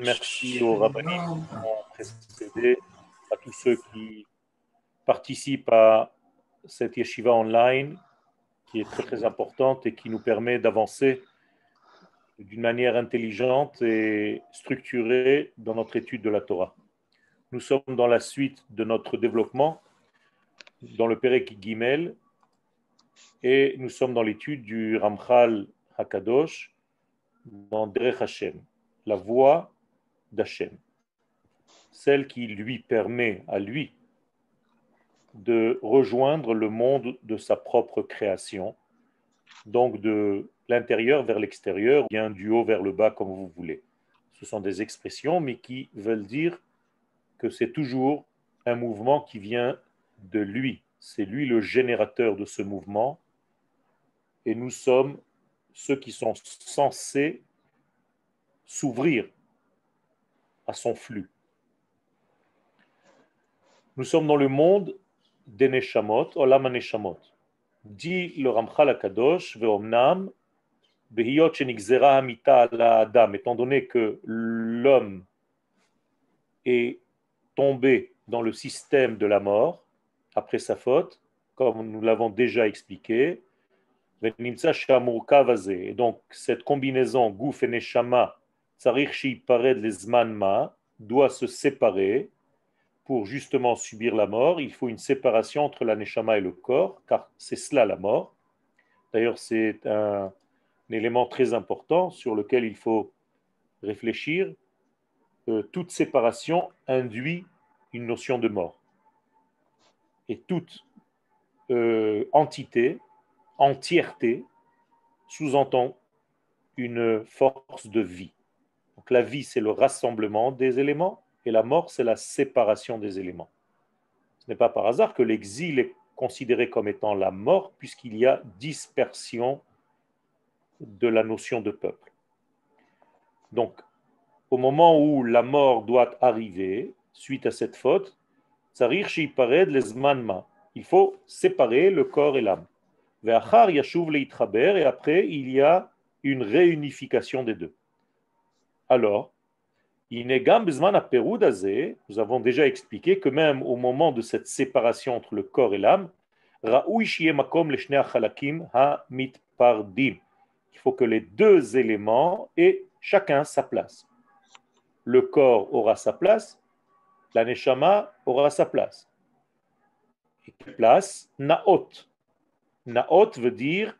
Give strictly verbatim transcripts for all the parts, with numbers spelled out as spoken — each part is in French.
Merci aux rabbinim qui m'ont précédé, à tous ceux qui participent à cette yeshiva online qui est très très importante et qui nous permet d'avancer d'une manière intelligente et structurée dans notre étude de la Torah. Nous sommes dans la suite de notre développement, dans le Perek Gimel, et nous sommes dans l'étude du Ramchal Hakadosh, dans Derech Hashem, la voie d'Hashem, celle qui lui permet à lui de rejoindre le monde de sa propre création, donc de l'intérieur vers l'extérieur, bien du haut vers le bas, comme vous voulez. Ce sont des expressions, mais qui veulent dire que c'est toujours un mouvement qui vient de lui. C'est lui le générateur de ce mouvement, et nous sommes ceux qui sont censés s'ouvrir à son flux. Nous sommes dans le monde des Neshamot, Olam HaNeshamot. Dit le Ramchal HaKadosh, Ve'omnam, Behiyot shenigzera hamita ala Adam, étant donné que l'homme est tombé dans le système de la mort, après sa faute, comme nous l'avons déjà expliqué, Ve'nimtza she'amurkav hazeh. Et donc, cette combinaison Gouf et Neshama, Tzarich she'ipared lezman ma, doit se séparer. Pour justement subir la mort, il faut une séparation entre la neshama et le corps, car c'est cela la mort. D'ailleurs, c'est un, un élément très important sur lequel il faut réfléchir. Euh, toute séparation induit une notion de mort. Et toute euh, entité, entièreté, sous-entend une force de vie. Donc la vie, c'est le rassemblement des éléments, et la mort, c'est la séparation des éléments. Ce n'est pas par hasard que l'exil est considéré comme étant la mort, puisqu'il y a dispersion de la notion de peuple. Donc, au moment où la mort doit arriver, suite à cette faute, il faut séparer le corps et l'âme. Et après, il y a une réunification des deux. Alors, nous avons déjà expliqué que même au moment de cette séparation entre le corps et l'âme, il faut que les deux éléments aient chacun sa place. Le corps aura sa place, la neshama aura sa place. Et quelle place? Naot. Naot veut dire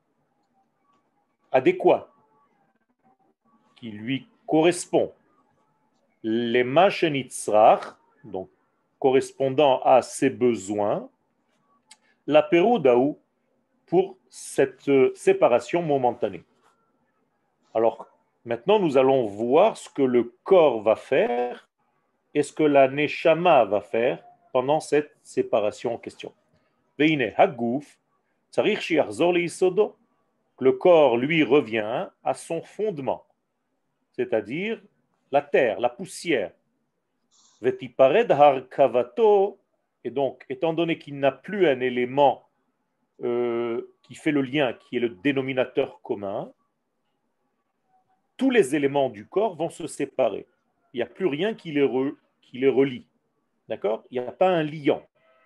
adéquat, qui lui correspond. Les machenitzrach, donc correspondant à ses besoins, la péroudaou pour cette séparation momentanée. Alors, maintenant, nous allons voir ce que le corps va faire et ce que la neshama va faire pendant cette séparation en question. Veine hagouf, tsarich shiachzor leisodo. Le corps, lui, revient à son fondement, c'est-à-dire la terre, la poussière. Vetipared har kavato, et donc, étant donné qu'il n'a plus un élément euh, qui fait le lien, qui est le dénominateur commun, tous les éléments du corps vont se séparer. Il n'y a plus rien qui les, re, qui les relie. D'accord? Il n'y a pas un liant.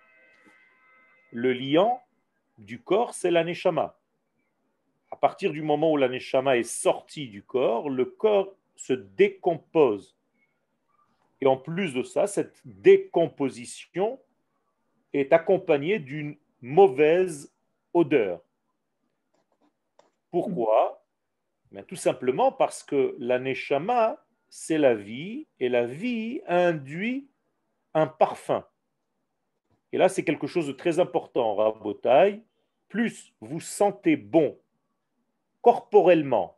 Le liant du corps, c'est la neshama. À partir du moment où la neshama est sortie du corps, le corps se décompose. Et en plus de ça, cette décomposition est accompagnée d'une mauvaise odeur. Pourquoi? Bien, tout simplement parce que la neshama, c'est la vie, et la vie induit un parfum. Et là, c'est quelque chose de très important, Rabotai. Plus vous sentez bon corporellement,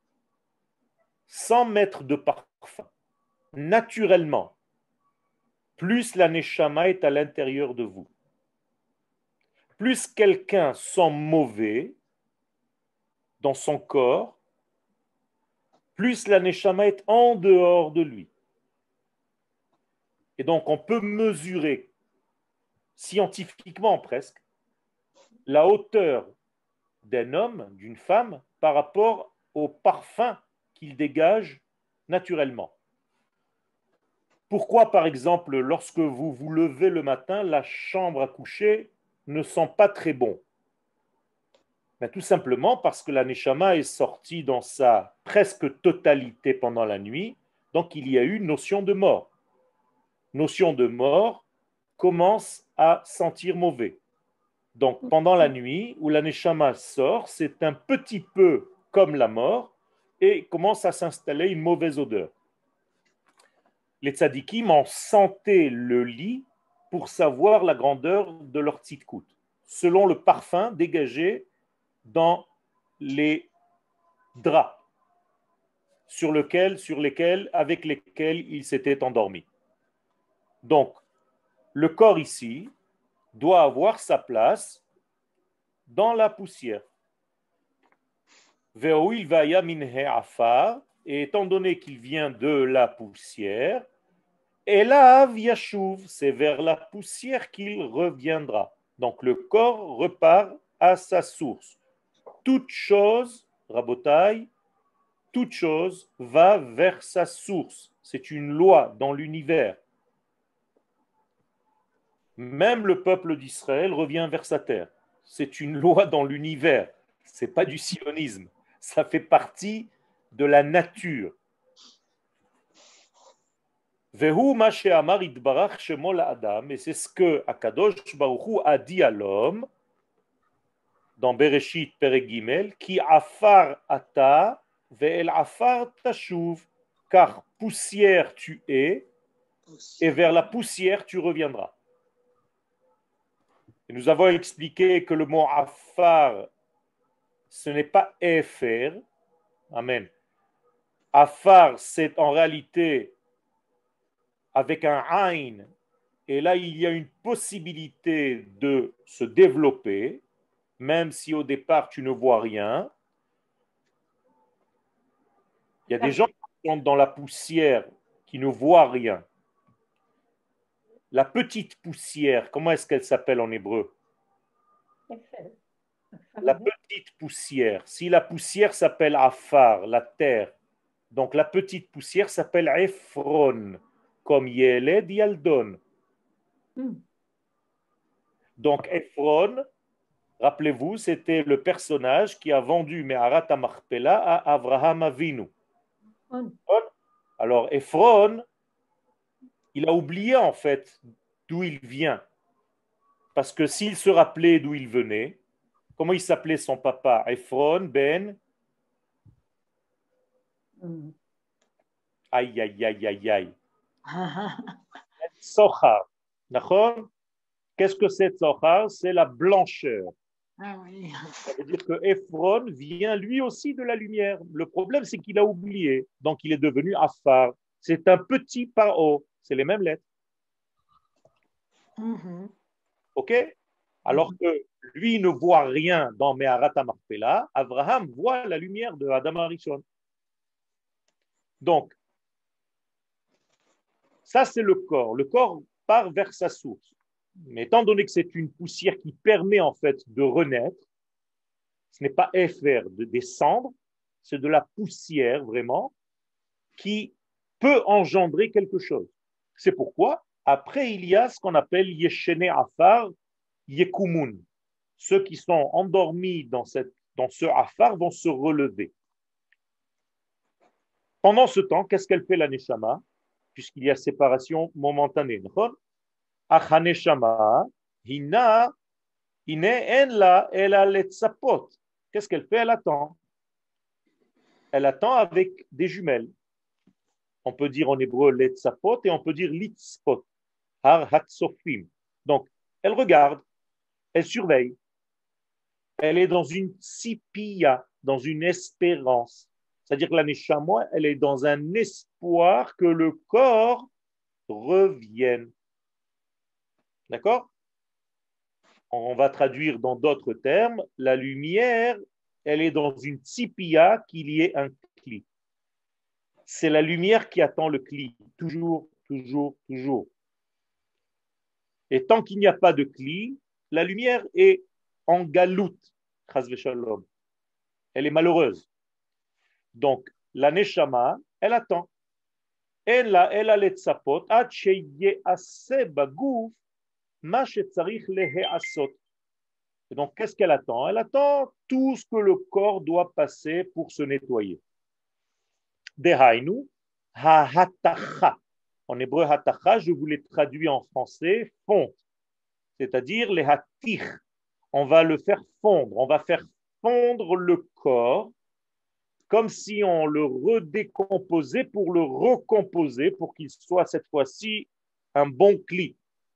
sans mettre de parfum, naturellement, plus la neshama est à l'intérieur de vous. Plus quelqu'un sent mauvais dans son corps, plus la neshama est en dehors de lui. Et donc, on peut mesurer scientifiquement presque la hauteur d'un homme, d'une femme, par rapport au parfum qu'il dégage naturellement. Pourquoi, par exemple, lorsque vous vous levez le matin, la chambre à coucher ne sent pas très bon? Ben, tout simplement parce que la neshama est sortie dans sa presque totalité pendant la nuit, donc il y a eu une notion de mort. Notion de mort commence à sentir mauvais. Donc pendant la nuit où la neshama sort, c'est un petit peu comme la mort et commence à s'installer une mauvaise odeur. Les tzadikim en sentaient le lit pour savoir la grandeur de leur tzidkout, selon le parfum dégagé dans les draps sur, lequel, sur lesquels, avec lesquels ils s'étaient endormis. Donc, le corps ici doit avoir sa place dans la poussière. Et étant donné qu'il vient de la poussière, Elav Yashuv, c'est vers la poussière qu'il reviendra. Donc le corps repart à sa source. Toute chose, Rabotai, toute chose va vers sa source. C'est une loi dans l'univers. Même le peuple d'Israël revient vers sa terre. C'est une loi dans l'univers. Ce n'est pas du sionisme. Ça fait partie de la nature. Vehu ma she'amar itbarach shemo la'adam, et c'est ce que Akadosh Baruch Hu a dit à l'homme dans Bereshit Perek Gimel, ki afar ata ve'el afar tashuv, car poussière tu es et vers la poussière tu reviendras. Et nous avons expliqué que le mot afar, ce n'est pas efer. Amen. Afar, c'est en réalité avec un aïn, et là il y a une possibilité de se développer, même si au départ tu ne vois rien. Il y a des gens qui sont dans la poussière qui ne voient rien. La petite poussière, comment est-ce qu'elle s'appelle en hébreu? La petite poussière. Si la poussière s'appelle Afar, la terre, donc la petite poussière s'appelle Ephron, comme Yeled Yaldon. Hmm. Donc Ephron, rappelez-vous, c'était le personnage qui a vendu Me'arat HaMachpelah à Avraham Avinu. Hmm. Alors Ephron, il a oublié en fait d'où il vient. Parce que s'il se rappelait d'où il venait, comment il s'appelait son papa? Ephron ben... Hmm. Aïe, aïe, aïe, aïe, aïe. Sochar. Qu'est-ce que c'est Sochar? C'est la blancheur. Ah oui. Ça veut dire que Ephron vient lui aussi de la lumière. Le problème, c'est qu'il a oublié. Donc, il est devenu Afar. C'est un petit paro. C'est les mêmes lettres. Mm-hmm. OK? Alors que lui ne voit rien dans Me'arat HaMachpelah, Abraham voit la lumière de Adam Arishon. Donc, ça, c'est le corps. Le corps part vers sa source. Mais étant donné que c'est une poussière qui permet en fait de renaître, ce n'est pas effet de descendre, c'est de la poussière vraiment qui peut engendrer quelque chose. C'est pourquoi, après, il y a ce qu'on appelle Yeshene Afar, Yekumun. Ceux qui sont endormis dans, cette, dans ce Afar vont se relever. Pendant ce temps, qu'est-ce qu'elle fait la Neshama? Puisqu'il y a séparation momentanée. Achaneshama, hina, hine en la, elle a letzapot. Qu'est-ce qu'elle fait? Elle attend. Elle attend avec des jumelles. On peut dire en hébreu letzapot et on peut dire litzpot. Har hatsofim. Donc, elle regarde, elle surveille. Elle est dans une tzipia, dans une espérance. C'est-à-dire que la neshama, elle est dans un espoir que le corps revienne. D'accord? On va traduire dans d'autres termes, la lumière, elle est dans une tzipia qu'il y ait un cli. C'est la lumière qui attend le cli, toujours, toujours, toujours. Et tant qu'il n'y a pas de cli, la lumière est en galoute, chas v'shalom. Elle est malheureuse. Donc, la neshama, elle attend. אין לה אלא לצפות עד שיעשה בגוף מה שצריך להיעשות. Et donc, qu'est-ce qu'elle attend? Elle attend tout ce que le corps doit passer pour se nettoyer. Dehainu, ha-hatacha. En hébreu, hatacha, je vous l'ai traduit en français, fonte. C'est-à-dire les hatir. On va le faire fondre. On va faire fondre le corps comme si on le redécomposait pour le recomposer pour qu'il soit cette fois-ci un bon cli.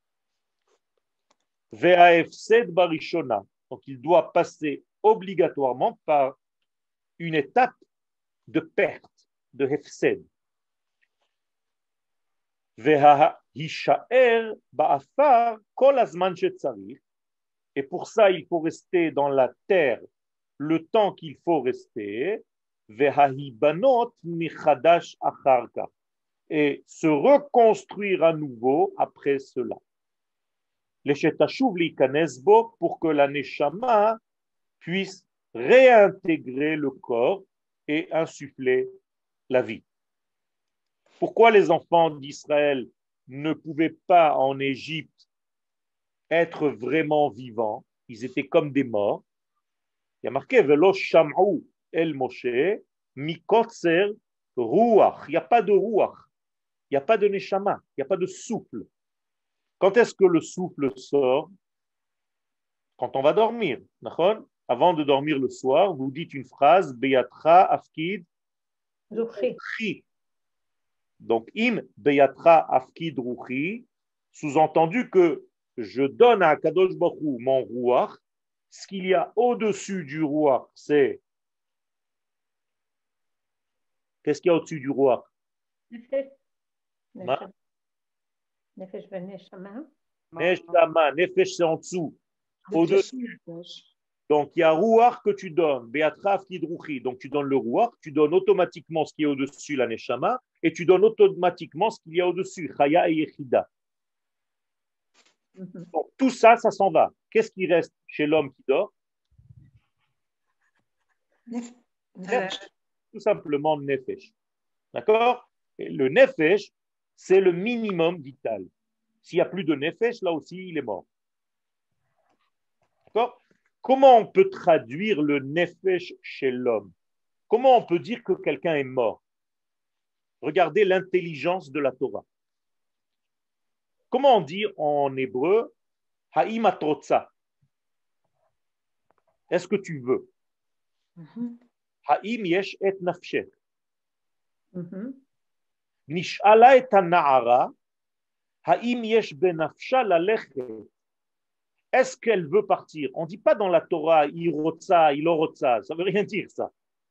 Ve'afsed barishona. Donc il doit passer obligatoirement par une étape de perte, de hefsed. Ve'hishaer ba'afar kol hazman shetzarich. Et pour ça, il faut rester dans la terre le temps qu'il faut rester. Ve'hahibanot michadash acharka. Et se reconstruire à nouveau après cela. Pour que la neshama puisse réintégrer le corps et insuffler la vie. Pourquoi les enfants d'Israël ne pouvaient pas en Égypte être vraiment vivants? Ils étaient comme des morts. Il y a marqué Velo sham'u el Moshe mikotzer ruach. Il n'y a pas de ruach, il n'y a pas de neshama, il n'y a pas de souffle. Quand est-ce que le souffle sort? Quand on va dormir. Avant de dormir le soir, vous dites une phrase Beyatra afkid ruchi. Donc, im Beyatra afkid ruchi, sous-entendu que je donne à Kadosh Baruch Hu mon ruach. Ce qu'il y a au-dessus du ruach, c'est. Qu'est-ce qu'il y a au-dessus du ruach? Nefesh ben Neshama. Neshama, Nefesh c'est en dessous. Au-dessus. Donc il y a Ruach que tu donnes, Beatraf Kidruchi. Donc tu donnes le Ruach, tu donnes automatiquement ce qui est au-dessus, la Neshama, et tu donnes automatiquement ce qu'il y a au-dessus, Chaya et Yechida. Mm-hmm. Donc tout ça, ça s'en va. Qu'est-ce qui reste chez l'homme qui dort? Nefesh. Tout simplement Nefesh. D'accord? Et le Nefesh, c'est le minimum vital. S'il n'y a plus de nefesh, là aussi, il est mort. D'accord? Comment on peut traduire le nefesh chez l'homme? Comment on peut dire que quelqu'un est mort? Regardez l'intelligence de la Torah. Comment on dit en hébreu Ha'im atrotza? Est-ce que tu veux? Ha'im yesh et nafshech. Nish'ala et na'ara. Ha'im yesh benafsha lalechet. Est-ce qu'elle veut partir? On ne dit pas dans la Torah irotza, ilorotza, ça ne veut rien dire ça.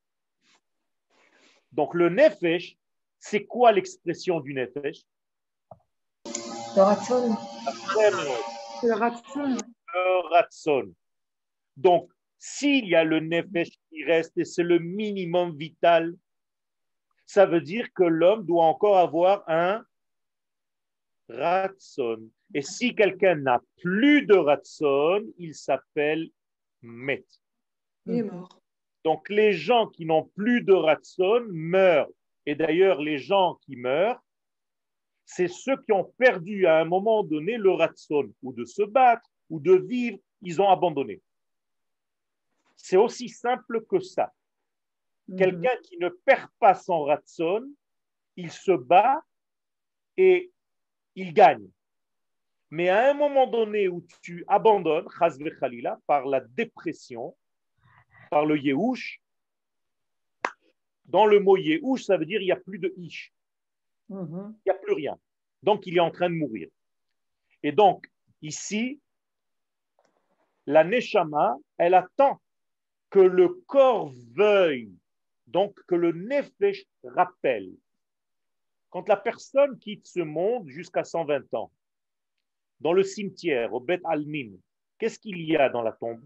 Donc le nefesh, c'est quoi l'expression du nefesh? Le ratson. Le ratson. Le ratson. Donc s'il y a le nefesh qui reste et c'est le minimum vital, ça veut dire que l'homme doit encore avoir un ratson. Et si quelqu'un n'a plus de ratson, il s'appelle met. Il est mort. Donc les gens qui n'ont plus de ratson meurent. Et d'ailleurs, les gens qui meurent, c'est ceux qui ont perdu à un moment donné le ratson, ou de se battre, ou de vivre, ils ont abandonné. C'est aussi simple que ça. Mm-hmm. Quelqu'un qui ne perd pas son ratson, il se bat et il gagne. Mais à un moment donné où tu abandonnes, chas v'chalila, par la dépression, par le yéhouch, dans le mot yéhouch, ça veut dire il n'y a plus de ish. Mm-hmm. Il n'y a plus rien. Donc, il est en train de mourir. Et donc, ici, la neshama, elle attend que le corps veuille, donc que le nefesh rappelle. Quand la personne quitte ce monde jusqu'à cent vingt ans, dans le cimetière, au Bet Almin, qu'est-ce qu'il y a dans la tombe?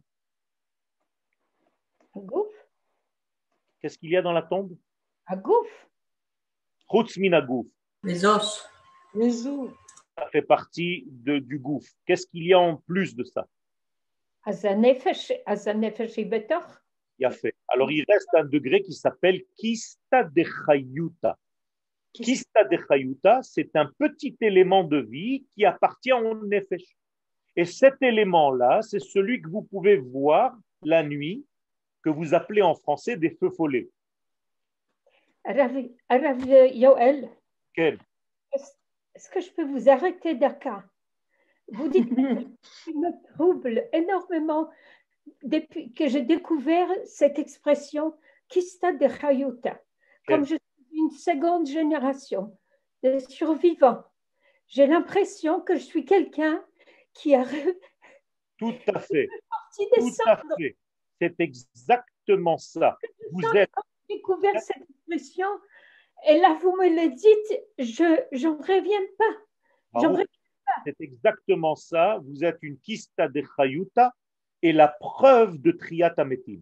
Un gouffre. Qu'est-ce qu'il y a dans la tombe? Un gouffre. Chutz min hagouf. Les os. Les os. Ça fait partie de, du gouffre. Qu'est-ce qu'il y a en plus de ça? Azanefesh betor. Il a fait. Alors il reste un degré qui s'appelle Kista de Chayuta. Kista de Chayuta, c'est un petit élément de vie qui appartient au Nefesh. Et cet élément-là, c'est celui que vous pouvez voir la nuit, que vous appelez en français des feux follets. Rav, Rav Yoel, Quel? est-ce est-ce que je peux vous arrêter d'accord? Vous dites qu'il me trouble énormément depuis que j'ai découvert cette expression Kista de Chayuta. Comme je suis une seconde génération de survivants, j'ai l'impression que je suis quelqu'un qui a Tout à fait. sorti des Tout à cendres. fait. C'est exactement ça. Vous êtes. Quand j'ai découvert cette expression, et là vous me le dites, je n'en reviens pas. J'en reviens pas. C'est exactement ça. Vous êtes une Kista de Chayuta et la preuve de Triat Ametim.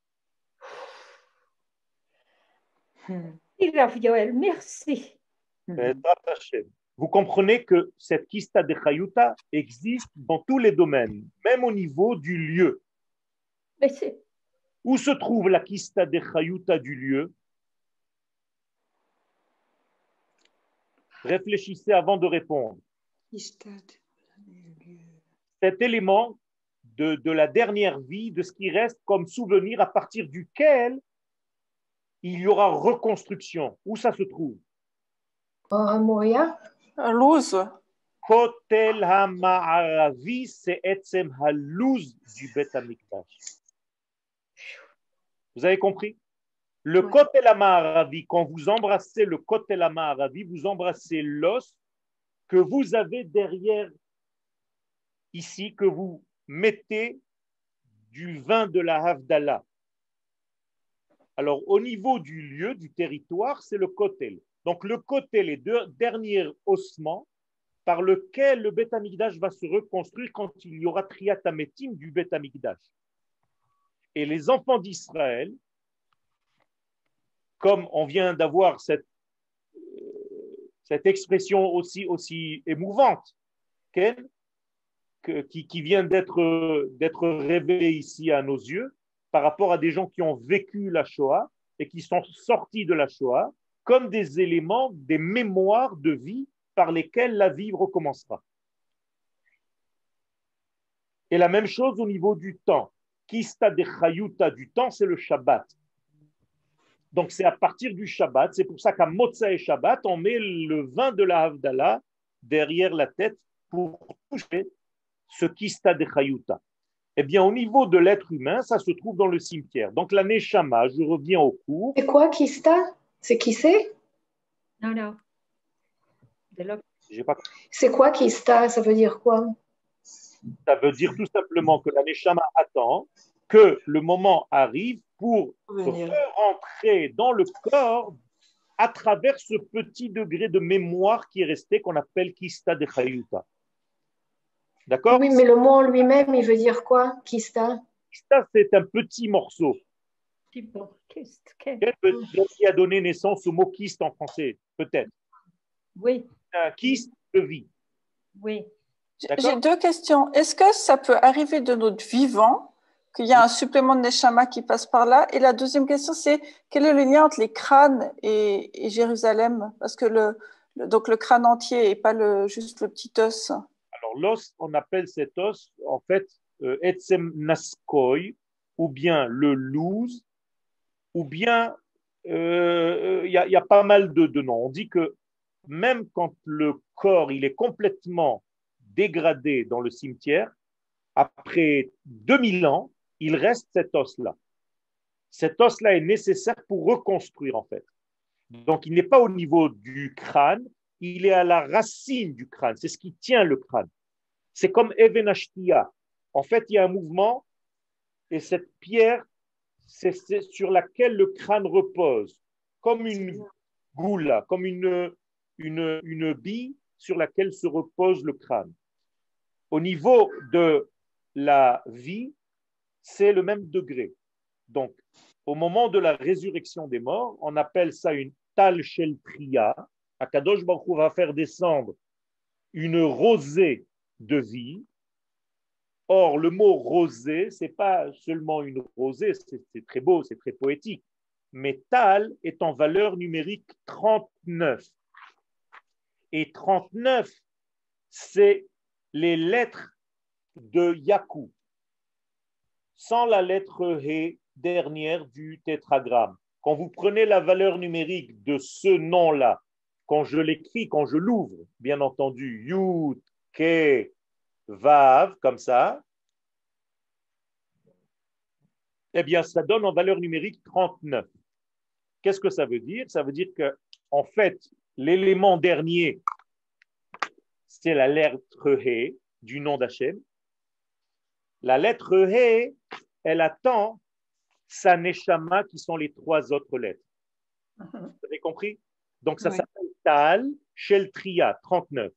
Et Rav Yoel, merci. Vous comprenez que cette Kista de Chayuta existe dans tous les domaines, même au niveau du lieu. Mais c'est Où se trouve la Kista de Chayuta du lieu? Réfléchissez avant de répondre. Cet élément de, de la dernière vie, de ce qui reste comme souvenir à partir duquel il y aura reconstruction. Où ça se trouve? À Moria. À Luz. Kotel HaMa'aravi, c'est Etzem HaLuz du Bet HaMikdash. Vous avez compris? Le Ouais. Kotel HaMa'aravi, quand vous embrassez le Kotel HaMa'aravi, vous embrassez l'os que vous avez derrière ici, que vous mettez du vin de la Havdalah. Alors, au niveau du lieu, du territoire, c'est le Kotel. Donc, le Kotel est le dernier ossement par lequel le Beth Amikdash va se reconstruire quand il y aura Triat Ametim du Beth Amikdash. Et les enfants d'Israël, comme on vient d'avoir cette, cette expression aussi, aussi émouvante, que, qui, qui vient d'être, d'être révélée ici à nos yeux, par rapport à des gens qui ont vécu la Shoah et qui sont sortis de la Shoah, comme des éléments, des mémoires de vie par lesquels la vie recommencera. Et la même chose au niveau du temps. Kista de Chayuta du temps, c'est le Shabbat. Donc c'est à partir du Shabbat, c'est pour ça qu'à Motza et Shabbat, on met le vin de la Havdalah derrière la tête pour toucher ce Kista de Chayuta. Eh bien, au niveau de l'être humain, ça se trouve dans le cimetière. Donc la Neshama, je reviens au cours. C'est quoi Kista? C'est qui c'est? non, non. De l'autre- J'ai pas... C'est quoi Kista? Ça veut dire quoi? Ça veut dire tout simplement que la Neshama attend que le moment arrive pour Venir. rentrer dans le corps à travers ce petit degré de mémoire qui est resté, qu'on appelle Kista de Chayuta. D'accord? Oui, mais le mot en lui-même, il veut dire quoi, Kista? Kista, c'est un petit morceau. Petit bon, qu'est-ce que- Quel peut- qui a donné naissance au mot kyste en français? Peut-être. Oui, Un kyste de vie. oui. J'ai D'accord. j'ai deux questions. Est-ce que ça peut arriver de notre vivant, qu'il y a un supplément de Neshama qui passe par là? Et la deuxième question, c'est quel est le lien entre les crânes et, et Jérusalem? Parce que le, le- donc le crâne entier et pas le, juste le petit os. Alors, l'os, on appelle cet os, en fait, euh, Etzem Naskoy, ou bien le louz, ou bien, il euh, y, a- y a pas mal de, de noms. On dit que même quand le corps il est complètement dégradé dans le cimetière, après deux mille ans, il reste cet os-là. Cet os-là est nécessaire pour reconstruire, en fait. Donc, il n'est pas au niveau du crâne, il est à la racine du crâne. C'est ce qui tient le crâne. C'est comme Even Ashtia. En fait, il y a un mouvement et cette pierre, c'est c'est sur laquelle le crâne repose, comme une goula, comme une, une, une bille sur laquelle se repose le crâne. Au niveau de la vie, c'est le même degré. Donc, au moment de la résurrection des morts, on appelle ça une tal shel priya. Akadosh Baruch Hu va faire descendre une rosée de vie. Or, le mot rosée, ce n'est pas seulement une rosée, c'est c'est très beau, c'est très poétique. Mais tal est en valeur numérique trente-neuf. Et trente-neuf, c'est les lettres de Yaku, sans la lettre He dernière du tétragramme. Quand vous prenez la valeur numérique de ce nom-là, quand je l'écris, quand je l'ouvre, bien entendu, Yud, Ke, Vav, comme ça, eh bien, ça donne en valeur numérique trente-neuf. Qu'est-ce que ça veut dire? Ça veut dire que, en fait, l'élément dernier, c'est la lettre He du nom d'Hachem. La lettre He, elle attend sa neshama qui sont les trois autres lettres. Vous avez compris? Donc ça oui. s'appelle Tal Shel Tria, trente-neuf.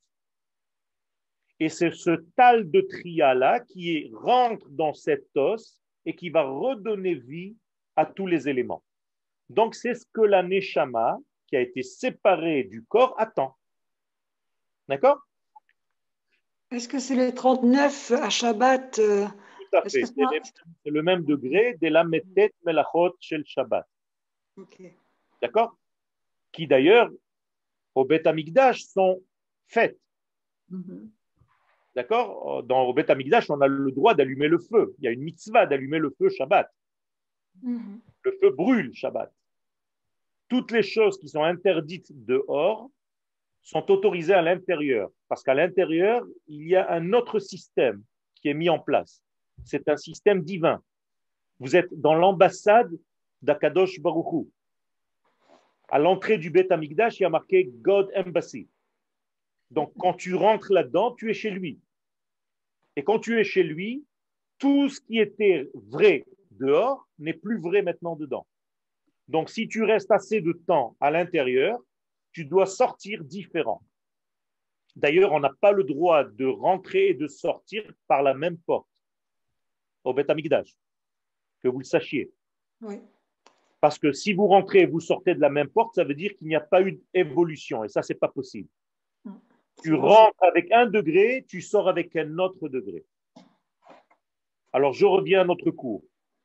Et c'est ce Tal de Tria-là qui rentre dans cet os et qui va redonner vie à tous les éléments. Donc c'est ce que la neshama, qui a été séparée du corps, attend. D'accord? Est-ce que c'est les trente-neuf à Shabbat? euh... Tout à fait. C'est, les, c'est le même degré de la Metet Melachot Shel Shabbat. Okay. D'accord? Qui d'ailleurs, au Beth Amikdash, sont faites. Mm-hmm. D'accord? Dans, au Beth Amikdash, on a le droit d'allumer le feu. Il y a une mitzvah d'allumer le feu Shabbat. Mm-hmm. Le feu brûle Shabbat. Toutes les choses qui sont interdites dehors sont autorisées à l'intérieur. Parce qu'à l'intérieur, il y a un autre système qui est mis en place. C'est un système divin. Vous êtes dans l'ambassade d'Akadosh Baruch Hu. À l'entrée du Beth Amikdash, il y a marqué God Embassy. Donc, quand tu rentres là-dedans, tu es chez lui. Et quand tu es chez lui, tout ce qui était vrai dehors n'est plus vrai maintenant dedans. Donc, si tu restes assez de temps à l'intérieur, tu dois sortir différent. D'ailleurs, on n'a pas le droit de rentrer et de sortir par la même porte au Beth Amikdash, que vous le sachiez. Oui. Parce que si vous rentrez et vous sortez de la même porte, ça veut dire qu'il n'y a pas eu d'évolution. Et ça, ce n'est pas possible. Mm. Tu rentres avec un degré, tu sors avec un autre degré. Alors, je reviens à notre cours.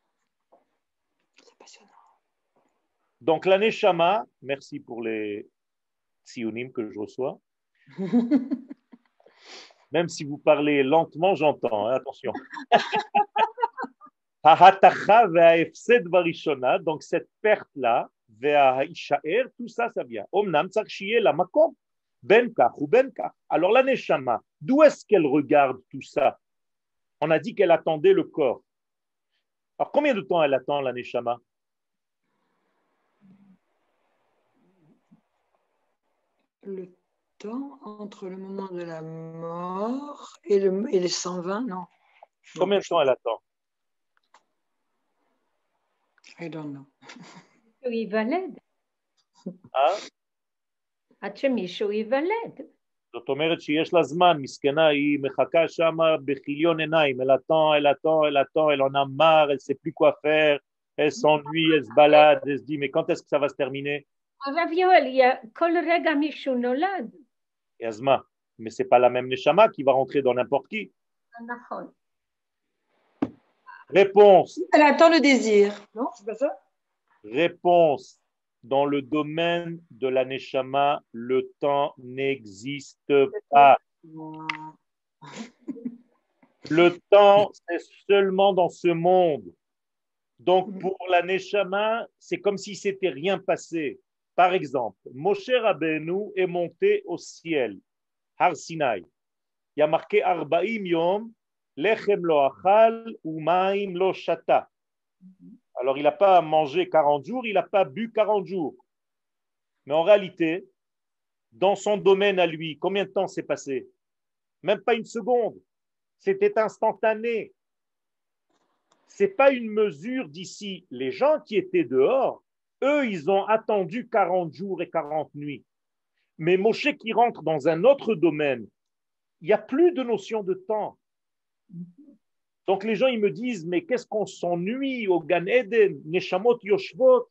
C'est passionnant. Donc, la Neshama, merci pour les sionim que je reçois. Même si vous parlez lentement, j'entends. Hein, attention. Donc, cette perte-là, tout ça, ça vient. Alors, la Neshama, d'où est-ce qu'elle regarde tout ça? On a dit qu'elle attendait le corps. Alors, combien de temps elle attend, la Neshama? Le temps entre le moment de la mort et, le, et les cent vingt, non? Combien de temps elle attend? I don't know. ייוולד. אה? עד שמישהו ייוולד. זאת אומרת שיש לה זמן, מסכנה, היא מחכה שם בכיליון עיניים, elle attend, elle attend, elle attend, elle en a marre, elle ne sait plus quoi faire, elle s'ennuie, elle se balade, elle se dit, mais quand est-ce que ça va se terminer? הרב יואל, כל רגע מישהו נולד. Et Azma, mais ce n'est pas la même Neshama qui va rentrer dans n'importe qui. נכון. Réponse. Elle attend le désir, non? C'est pas ça? Réponse. Dans le domaine de la Neshama, le temps n'existe pas. Le temps, c'est seulement dans ce monde. Donc, pour la Neshama, c'est comme si c'était rien passé. Par exemple, Moshe Rabbeinu est monté au ciel, Har Sinai. Il y a marqué Arbaim Yom, Lechem lo achal, Umaim lo shata. Alors, il n'a pas mangé quarante jours, il n'a pas bu quarante jours. Mais en réalité, dans son domaine à lui, combien de temps s'est passé? Même pas une seconde. C'était instantané. Ce n'est pas une mesure d'ici. Les gens qui étaient dehors, eux, ils ont attendu quarante jours et quarante nuits. Mais Moshe qui rentre dans un autre domaine, il n'y a plus de notion de temps. Donc les gens, ils me disent, mais qu'est-ce qu'on s'ennuie au Gan Eden, Neshamot Yoshvot,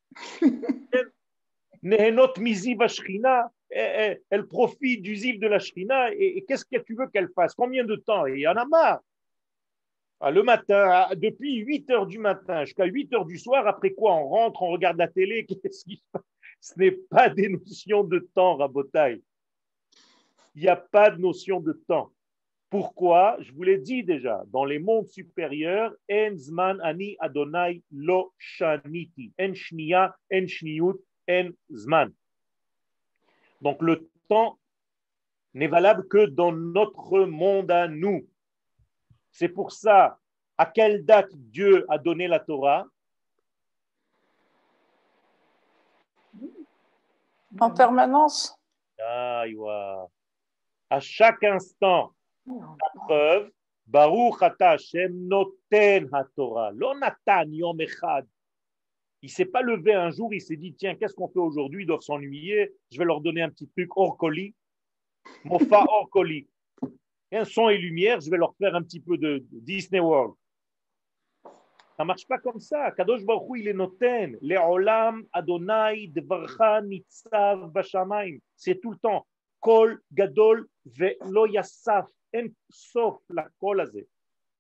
Nehenot Miziv Ashchina, elle profite du ziv de la Shrina, et, et qu'est-ce que tu veux qu'elle fasse? Combien de temps? Et il y en a marre. Le matin, depuis huit heures du matin jusqu'à huit heures du soir, après quoi on rentre, on regarde la télé, qu'est-ce qui se passe? Ce n'est pas des notions de temps, Rabotai. Il n'y a pas de notion de temps. Pourquoi? Je vous l'ai dit déjà, dans les mondes supérieurs, En zman ani Adonai lo shaniti. En shniya, en shniyut, en zman. Donc le temps n'est valable que dans notre monde à nous. C'est pour ça, à quelle date Dieu a donné la Torah? En permanence. Ah, à chaque instant. La preuve, Baruch ata Hashem noten haTorah, lo natan yom echad. Il ne s'est pas levé un jour, il s'est dit, tiens, qu'est-ce qu'on fait aujourd'hui? Ils doivent s'ennuyer, je vais leur donner un petit truc hors colis, mofa hors colis. Et un son et lumière, je vais leur faire un petit peu de Disney World. Ça ne marche pas comme ça. Kadosh Baruch Hu, il est noten. Le'olam Adonai dvarcha nitzav bashamayim. C'est tout le temps. Kol gadol ve'lo yassaf. En sof la kol azeh.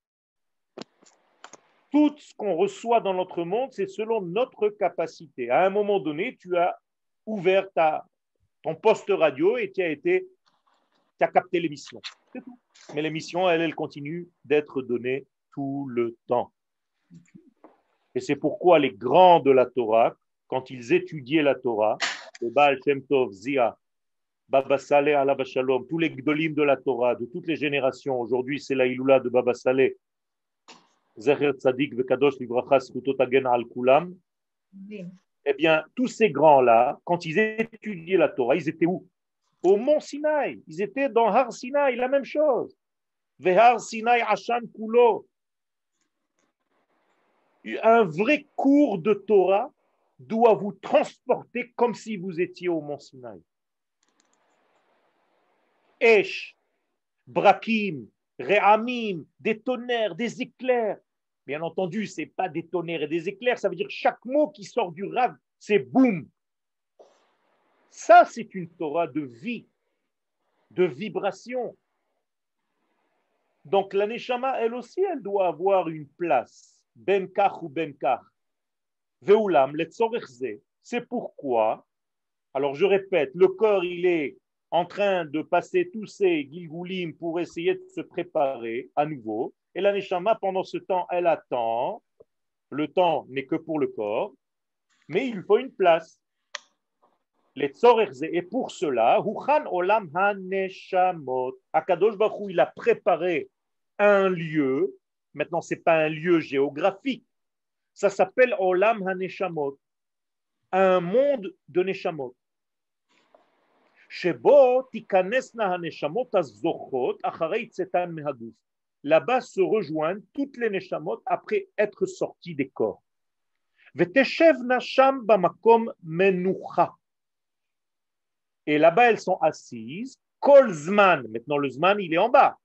Tout ce qu'on reçoit dans notre monde, c'est selon notre capacité. À un moment donné, tu as ouvert ta, ton poste radio et tu as été, tu as capté l'émission. C'est tout. Mais l'émission, elle, elle continue d'être donnée tout le temps. Et c'est pourquoi les grands de la Torah, quand ils étudiaient la Torah, le Baal Shem Tov, Zia, Baba Saleh, Alav Shalom, tous les gdolim de la Torah, de toutes les générations, aujourd'hui c'est la Iloula de Baba Saleh, Zecher Tzadik Vekadosh Livracha Srutot Hagen Al Kulam, eh bien, tous ces grands-là, quand ils étudiaient la Torah, ils étaient où? Au mont Sinaï. Ils étaient dans Har Sinaï, la même chose. Vehar Sinaï Ashan Kulo. Un vrai cours de Torah doit vous transporter comme si vous étiez au mont Sinaï. Esh, Brakim, Re'amim, des tonnerres, des éclairs. Bien entendu, ce n'est pas des tonnerres et des éclairs, ça veut dire chaque mot qui sort du Rav, c'est boum. Ça, c'est une Torah de vie, de vibration. Donc la Neshama, elle aussi, elle doit avoir une place. Ben kach ou ben kach. Ve'ulam, letzorech ze. C'est pourquoi, alors je répète, le corps, il est en train de passer tous ces gilgoulim pour essayer de se préparer à nouveau. Et la Neshama, pendant ce temps, elle attend. Le temps n'est que pour le corps, mais il faut une place. Les tzorechze. Et pour cela, Huchan Olam HaNeshamot. Akadosh Baruch Hu, il a préparé un lieu. Maintenant, ce n'est pas un lieu géographique. Ça s'appelle Olam HaNeshamot. Un monde de Neshamot. Là-bas se rejoignent toutes les neshamot après être sorties des corps. Et là-bas elles sont assises. Kol zman, maintenant le zman il est en bas.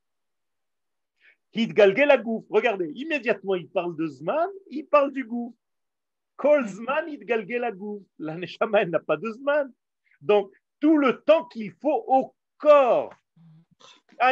Hitgalgel agouf, regardez, immédiatement il parle de zman, il parle du gouf. Kol zman hitgalgel agouf. La neshama elle n'a pas de zman. Donc tout le temps qu'il faut au corps. Tout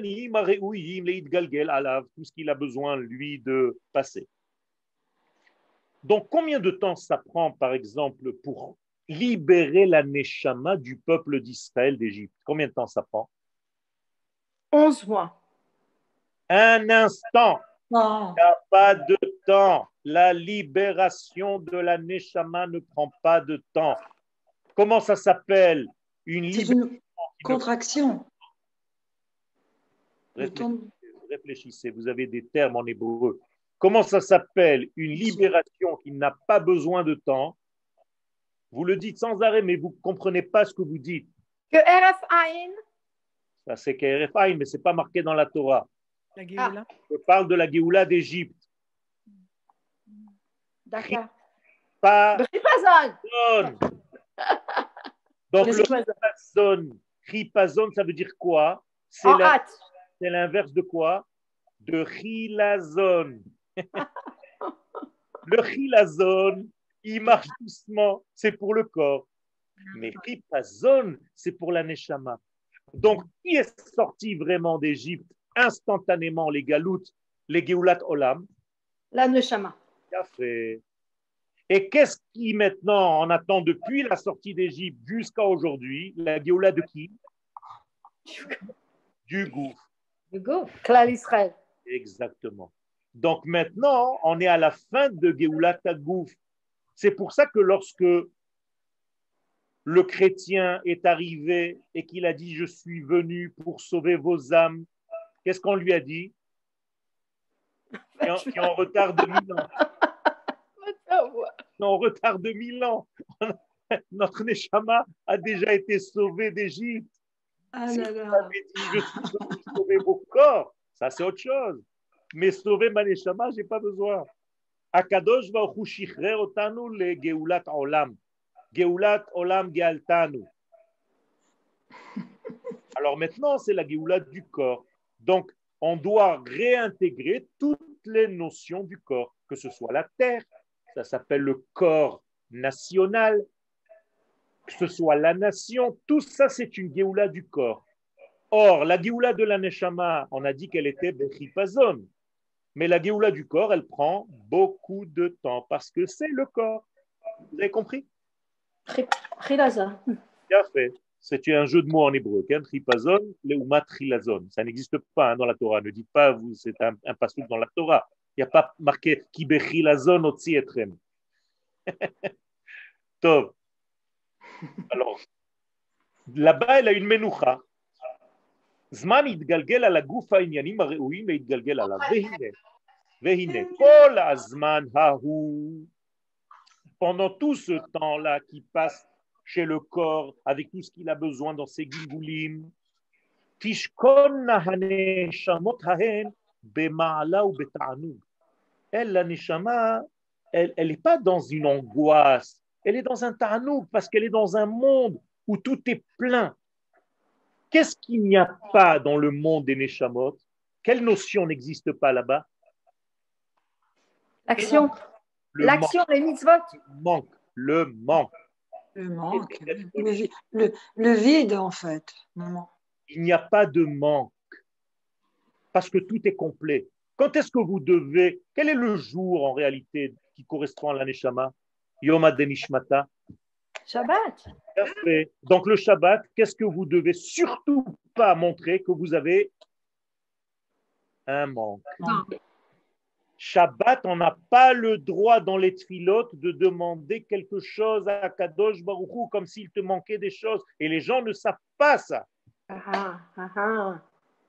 ce qu'il a besoin, lui, de passer. Donc, combien de temps ça prend, par exemple, pour libérer la Neshama du peuple d'Israël d'Égypte? Combien de temps ça prend? Onze mois. Un instant. Non. Il n'y a pas de temps. La libération de la Neshama ne prend pas de temps. Comment ça s'appelle? Une libération. Une contraction. Réfléchissez, réfléchissez, vous avez des termes en hébreu. Comment ça s'appelle une libération qui n'a pas besoin de temps? Vous le dites sans arrêt, mais vous ne comprenez pas ce que vous dites. Que R F Ain. Ça, c'est que R F Ain, mais ce n'est pas marqué dans la Torah. La Géoula. Je parle de la Géoula d'Égypte. D'accord. Pas Ripazon. Donc, le Ripazon, Ripazon, ça veut dire quoi? C'est En la- hâte. c'est l'inverse de quoi? De Chilazon. Le Chilazon, il marche doucement, c'est pour le corps. Mais Ripazon, c'est pour la Neshama. Donc, qui est sorti vraiment d'Égypte instantanément, les galoutes, les Géoulat Olam? La Neshama. Bien fait. Et qu'est-ce qui maintenant, on attend depuis la sortie d'Égypte jusqu'à aujourd'hui, la Géoula de qui? Du gouffre. Du gouffre. Klal Israël. Exactement. Donc maintenant, on est à la fin de Geulat HaGouf. C'est pour ça que lorsque le chrétien est arrivé et qu'il a dit « Je suis venu pour sauver vos âmes », qu'est-ce qu'on lui a dit? Qui est en, qui est en retard de mille ans. En retard de mille ans. Notre Neshama a déjà été sauvé d'Égypte. Ah Si là vous là. avez dit « Je suis venu pour sauver vos corps », ça c'est autre chose. Mais sauver ma Neshama, je n'ai pas besoin. Akadosh Baruch Hu shichrer otanu le Geulat Olam. Geulat Olam Gealtanu. Alors maintenant, c'est la Géoula du corps. Donc, on doit réintégrer toutes les notions du corps, que ce soit la terre, ça s'appelle le corps national, que ce soit la nation, tout ça, c'est une Géoula du corps. Or, la Géoula de la Neshama, on a dit qu'elle était Bechipazon. Mais la Géoula du corps, elle prend beaucoup de temps parce que c'est le corps. Vous avez compris? Chilazon. Bien fait. C'est un jeu de mots en hébreu. Chipazon, leumat chilazon. Ça n'existe pas hein, dans la Torah. Ne dites pas, vous, c'est un, un passouk dans la Torah. Il n'y a pas marqué ki bechilazon otzi etrem. Tov. Alors, là-bas, elle a une menoucha. זמן יתגלגל על הגוף העניינים הראויים להתגלגל עליו. והנה, והנה, כל הזמן ההוא, pendant tout ce temps-là qui passe chez le corps, avec tout ce qu'il a besoin dans ses gilgulim, tishkonna haneshamot hahen bema'ala ou beta'anug. Elle, la neshama, elle n'est pas dans une angoisse, elle est dans un ta'anug parce qu'elle est dans un monde où tout est plein. Qu'est-ce qu'il n'y a pas dans le monde des Neshamot? Quelle notion n'existe pas là-bas? L'action. Le L'action, manque. les mitzvot. Le manque. Le manque. Le manque. Le, vi- le- le vide, en fait. Non. Il n'y a pas de manque parce que tout est complet. Quand est-ce que vous devez... Quel est le jour en réalité qui correspond à la Neshama? Yom HaDenishmata. Shabbat. Parfait. Donc le Shabbat, qu'est-ce que vous devez surtout pas montrer? Que vous avez un manque. Non. Shabbat, on n'a pas le droit dans les tfilotes de demander quelque chose à Kadosh Baruch Hu comme s'il te manquait des choses. Et les gens ne savent pas ça. Ah, ah, ah.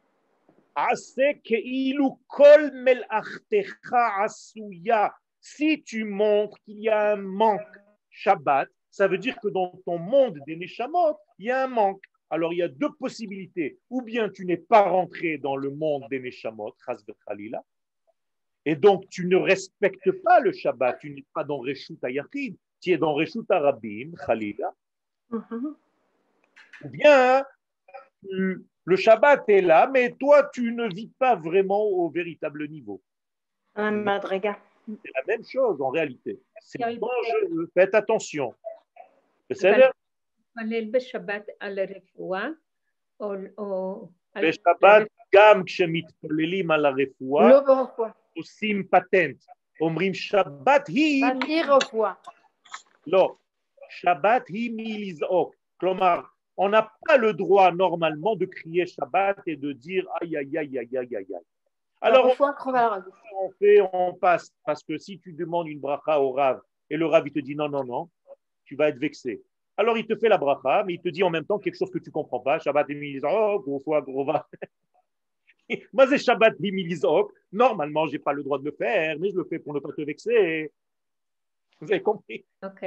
Ase keilu kol melachtecha asuya. Si tu montres qu'il y a un manque Shabbat, ça veut dire que dans ton monde des Neshamot, il y a un manque. Alors, il y a deux possibilités. Ou bien tu n'es pas rentré dans le monde des Neshamot, Chas v'Chalila, et donc tu ne respectes pas le Shabbat, tu n'es pas dans Reshut HaYachid, tu es dans Reshut HaRabim, Chalila. Mhm. Ou bien tu- le Shabbat est là, mais toi, tu ne vis pas vraiment au véritable niveau. Un madriga. C'est la même chose en réalité. C'est Oui. dangereux. Faites attention. בסדר? להתפלל בשבת על הרפואה, או... או על- בשבת, גם כשמתפללים על הרפואה, לא ברפואה. עושים פטנט. אומרים שבת היא... בלי רפואה. לא, שבת היא מלזעוק. כלומר, on n'a pas le droit normalement de crier Shabbat et de dire aïe aïe aïe aïe aïe aïe aïe. Alors, רפואה קרובה לרגל. on fait, on passe, parce que si tu demandes une bracha au Rav et le Rav il te dit non, non, non, tu vas être vexé. Alors il te fait la bracha, mais il te dit en même temps quelque chose que tu ne comprends pas. Shabbat Himilizok, gros fois, gros va. Moi, c'est Shabbat Himilizok. Normalement, je n'ai pas le droit de le faire, mais je le fais pour ne pas te vexer. Vous avez compris? Ok.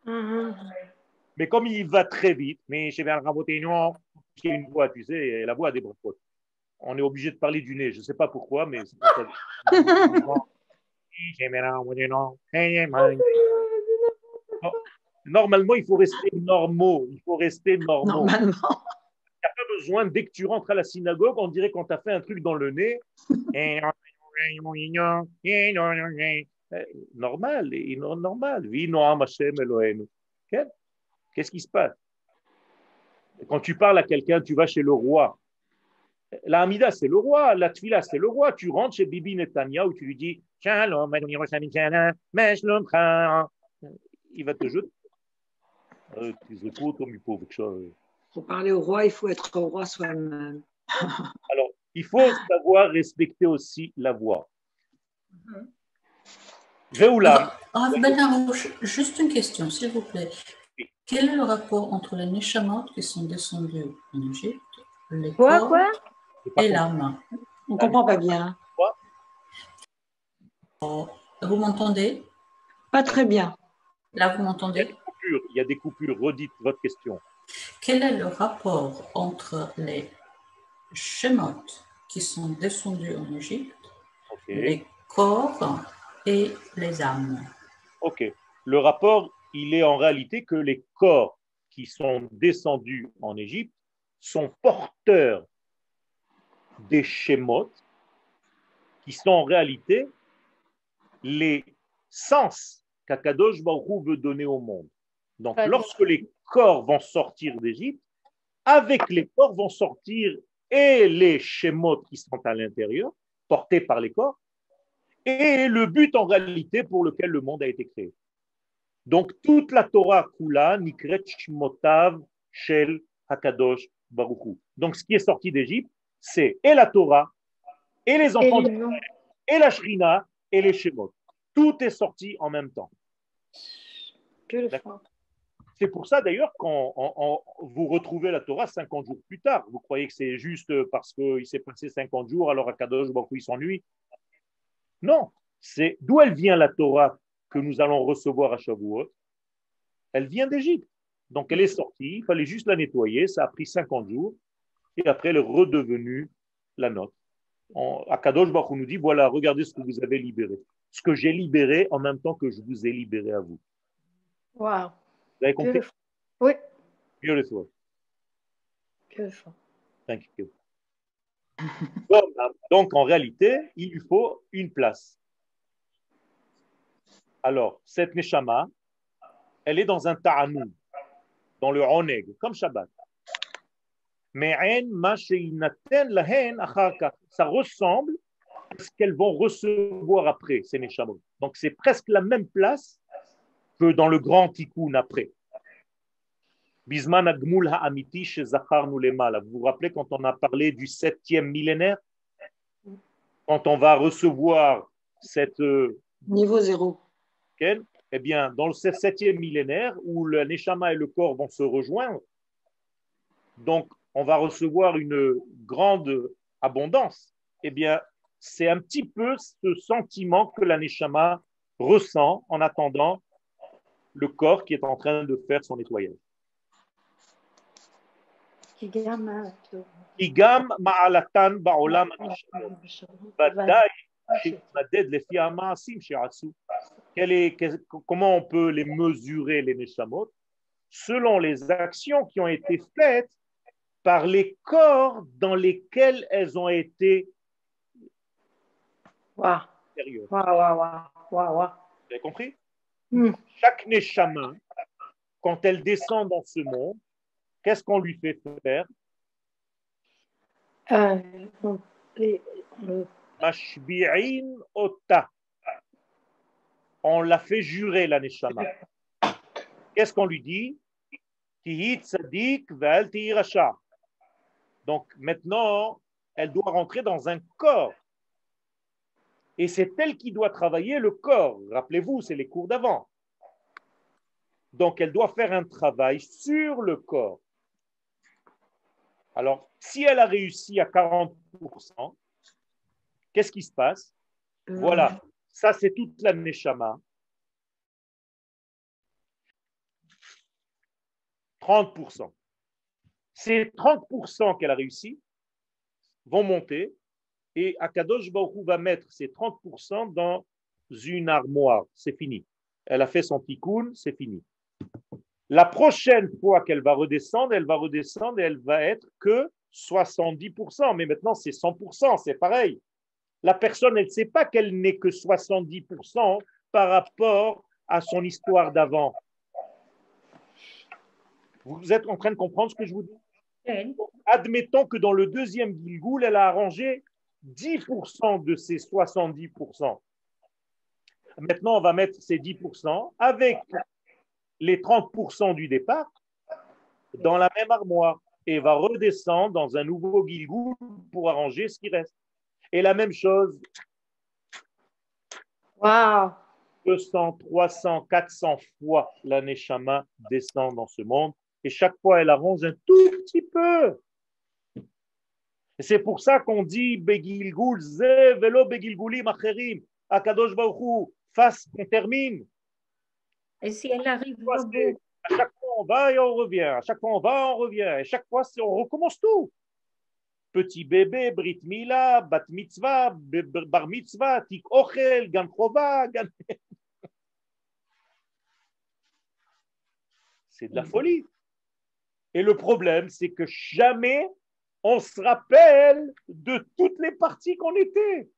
Mais comme il va très vite, mais je vais le raboter, non, j'ai une voix, tu sais, la voix des brachotes. On est obligé de parler du nez, je ne sais pas pourquoi, mais c'est pour ça. Normalement, il faut rester normaux. Il faut rester normaux. Normalement. Il n'y a pas besoin, dès que tu rentres à la synagogue, on dirait qu'on t'a fait un truc dans le nez. Normal, normal. Qu'est-ce qui se passe? Quand tu parles à quelqu'un, tu vas chez le roi. La Hamida, c'est le roi. La Tfila, c'est le roi. Tu rentres chez Bibi Netanyahu, tu lui dis Shalom, il va te jeter. Pour parler au roi, il faut être au roi soi-même. Alors, il faut savoir respecter aussi la voix. Veoulam. Rav Ben Arouche, juste une question, s'il vous plaît. Quel est le rapport entre les Neshamot qui sont descendus en Égypte, les Quoi, corps quoi et l'âme? On ne comprend pas bien. Vous m'entendez? Pas très bien. Là, vous Il y a m'entendez? des coupures, il y a des coupures. Redites votre question. Quel est le rapport entre les Shemot qui sont descendus en Égypte, Ok. les corps et les âmes? Ok. Le rapport, il est en réalité que les corps qui sont descendus en Égypte sont porteurs des Shemot qui sont en réalité les sens qu'Akadosh Baruch Hu veut donner au monde. Donc, Pas lorsque les corps vont sortir d'Égypte, avec les corps vont sortir et les Shemot qui sont à l'intérieur, portés par les corps, et le but en réalité pour lequel le monde a été créé. Donc, toute la Torah Kula, Nikret Shmotav Shel Hakadosh Baruch Hu. Donc, ce qui est sorti d'Égypte, c'est et la Torah, et les enfants, Et et, les noms. et la Shrina, et les Shemot. Tout est sorti en même temps. Beautiful. C'est pour ça d'ailleurs quand on- on- vous retrouvez la Torah cinquante jours plus tard. Vous croyez que c'est juste parce qu'il s'est passé cinquante jours, alors Akadosh Baruch Hu, il s'ennuie? Non, c'est d'où elle vient la Torah que nous allons recevoir à Shavuot. Elle vient d'Égypte. Donc elle est sortie, il fallait juste la nettoyer, ça a pris cinquante jours, et après elle est redevenue la nôtre. On- Akadosh Baruch Hu nous dit, voilà, regardez ce que vous avez libéré. Ce que j'ai libéré en même temps que je vous ai libéré à vous. Wow. Vous avez compris? Beautiful. Oui. Beautiful. Beautiful. Thank you. Bon, donc en réalité, il lui faut une place. Alors, cette Neshama, elle est dans un ta'anoum, dans le oneg, comme Shabbat. Mais en ma sheinaten lahen achar kach. Ça ressemble à ce qu'elles vont recevoir après, ces Neshamot. Donc c'est presque la même place que dans le grand tikkun après. Bisman agmul ha'amiti shezacharnu lemala. Vous vous rappelez quand on a parlé du septième millénaire? Quand on va recevoir cette euh, Niveau zéro. Ken, eh bien, dans le septième millénaire, où le Neshama et le corps vont se rejoindre, donc on va recevoir une grande abondance. Eh bien, c'est un petit peu ce sentiment que la Neshama ressent en attendant le corps qui est en train de faire son nettoyage. Igam ma'alatan ba'olam Badaï she'itmaded lefi ha'ma'asim she'asu. Quel est- quel- Comment on peut les mesurer, les Neshamot? Selon les actions qui ont été faites par les corps dans lesquels elles ont été Wow. sérieuses. Wow, wow, wow. Wow, wow. Vous avez compris? Hmm. Chaque Neshama, quand elle descend dans ce monde, qu'est-ce qu'on lui fait faire? Euh, on- les- le- Mashbi'in ota. On l'a fait jurer, la Neshama. Qu'est-ce qu'on lui dit? Tihi tzadik ve'al tihi rasha. Donc maintenant, elle doit rentrer dans un corps. Et c'est elle qui doit travailler le corps. Rappelez-vous, c'est les cours d'avant. Donc elle doit faire un travail sur le corps. Alors, si elle a réussi à quarante pour cent, qu'est-ce qui se passe? Voilà, ça c'est toute la Neshama. trente pour cent. Ces trente pour cent qu'elle a réussi vont monter et Akadosh Baruch Hu va mettre ces trente pour cent dans une armoire. C'est fini. Elle a fait son tikkun, c'est fini. La prochaine fois qu'elle va redescendre, elle va redescendre et elle va être que soixante-dix pour cent. Mais maintenant, c'est cent pour cent, c'est pareil. La personne, elle ne sait pas qu'elle n'est que soixante-dix pour cent par rapport à son histoire d'avant. Vous êtes en train de comprendre ce que je vous dis? Admettons que dans le deuxième Gilgoul, elle a arrangé dix pour cent de ces soixante-dix pour cent. Maintenant, on va mettre ces dix pour cent avec les trente pour cent du départ dans la même armoire. et va redescendre dans un nouveau Gilgoul pour arranger ce qui reste. Et la même chose, Waouh. deux cents, trois cents, quatre cents fois la Neshama descend dans ce monde et chaque fois elle arrange un tout petit peu. Et c'est pour ça qu'on dit Begilgul ze velo begilgulim acherim. Akadosh Baruch Hu, face qu'on termine. Et si elle arrive au bout, À chaque fois on va et on revient. À chaque fois on va, on revient. Et chaque fois on recommence tout. Petit bébé, Brit Mila, Bat Mitzvah, Bar Mitzvah, Tik Ochel, Gan Chova, Gan... C'est de la folie. Et le problème, c'est que jamais on se rappelle de toutes les parties qu'on était.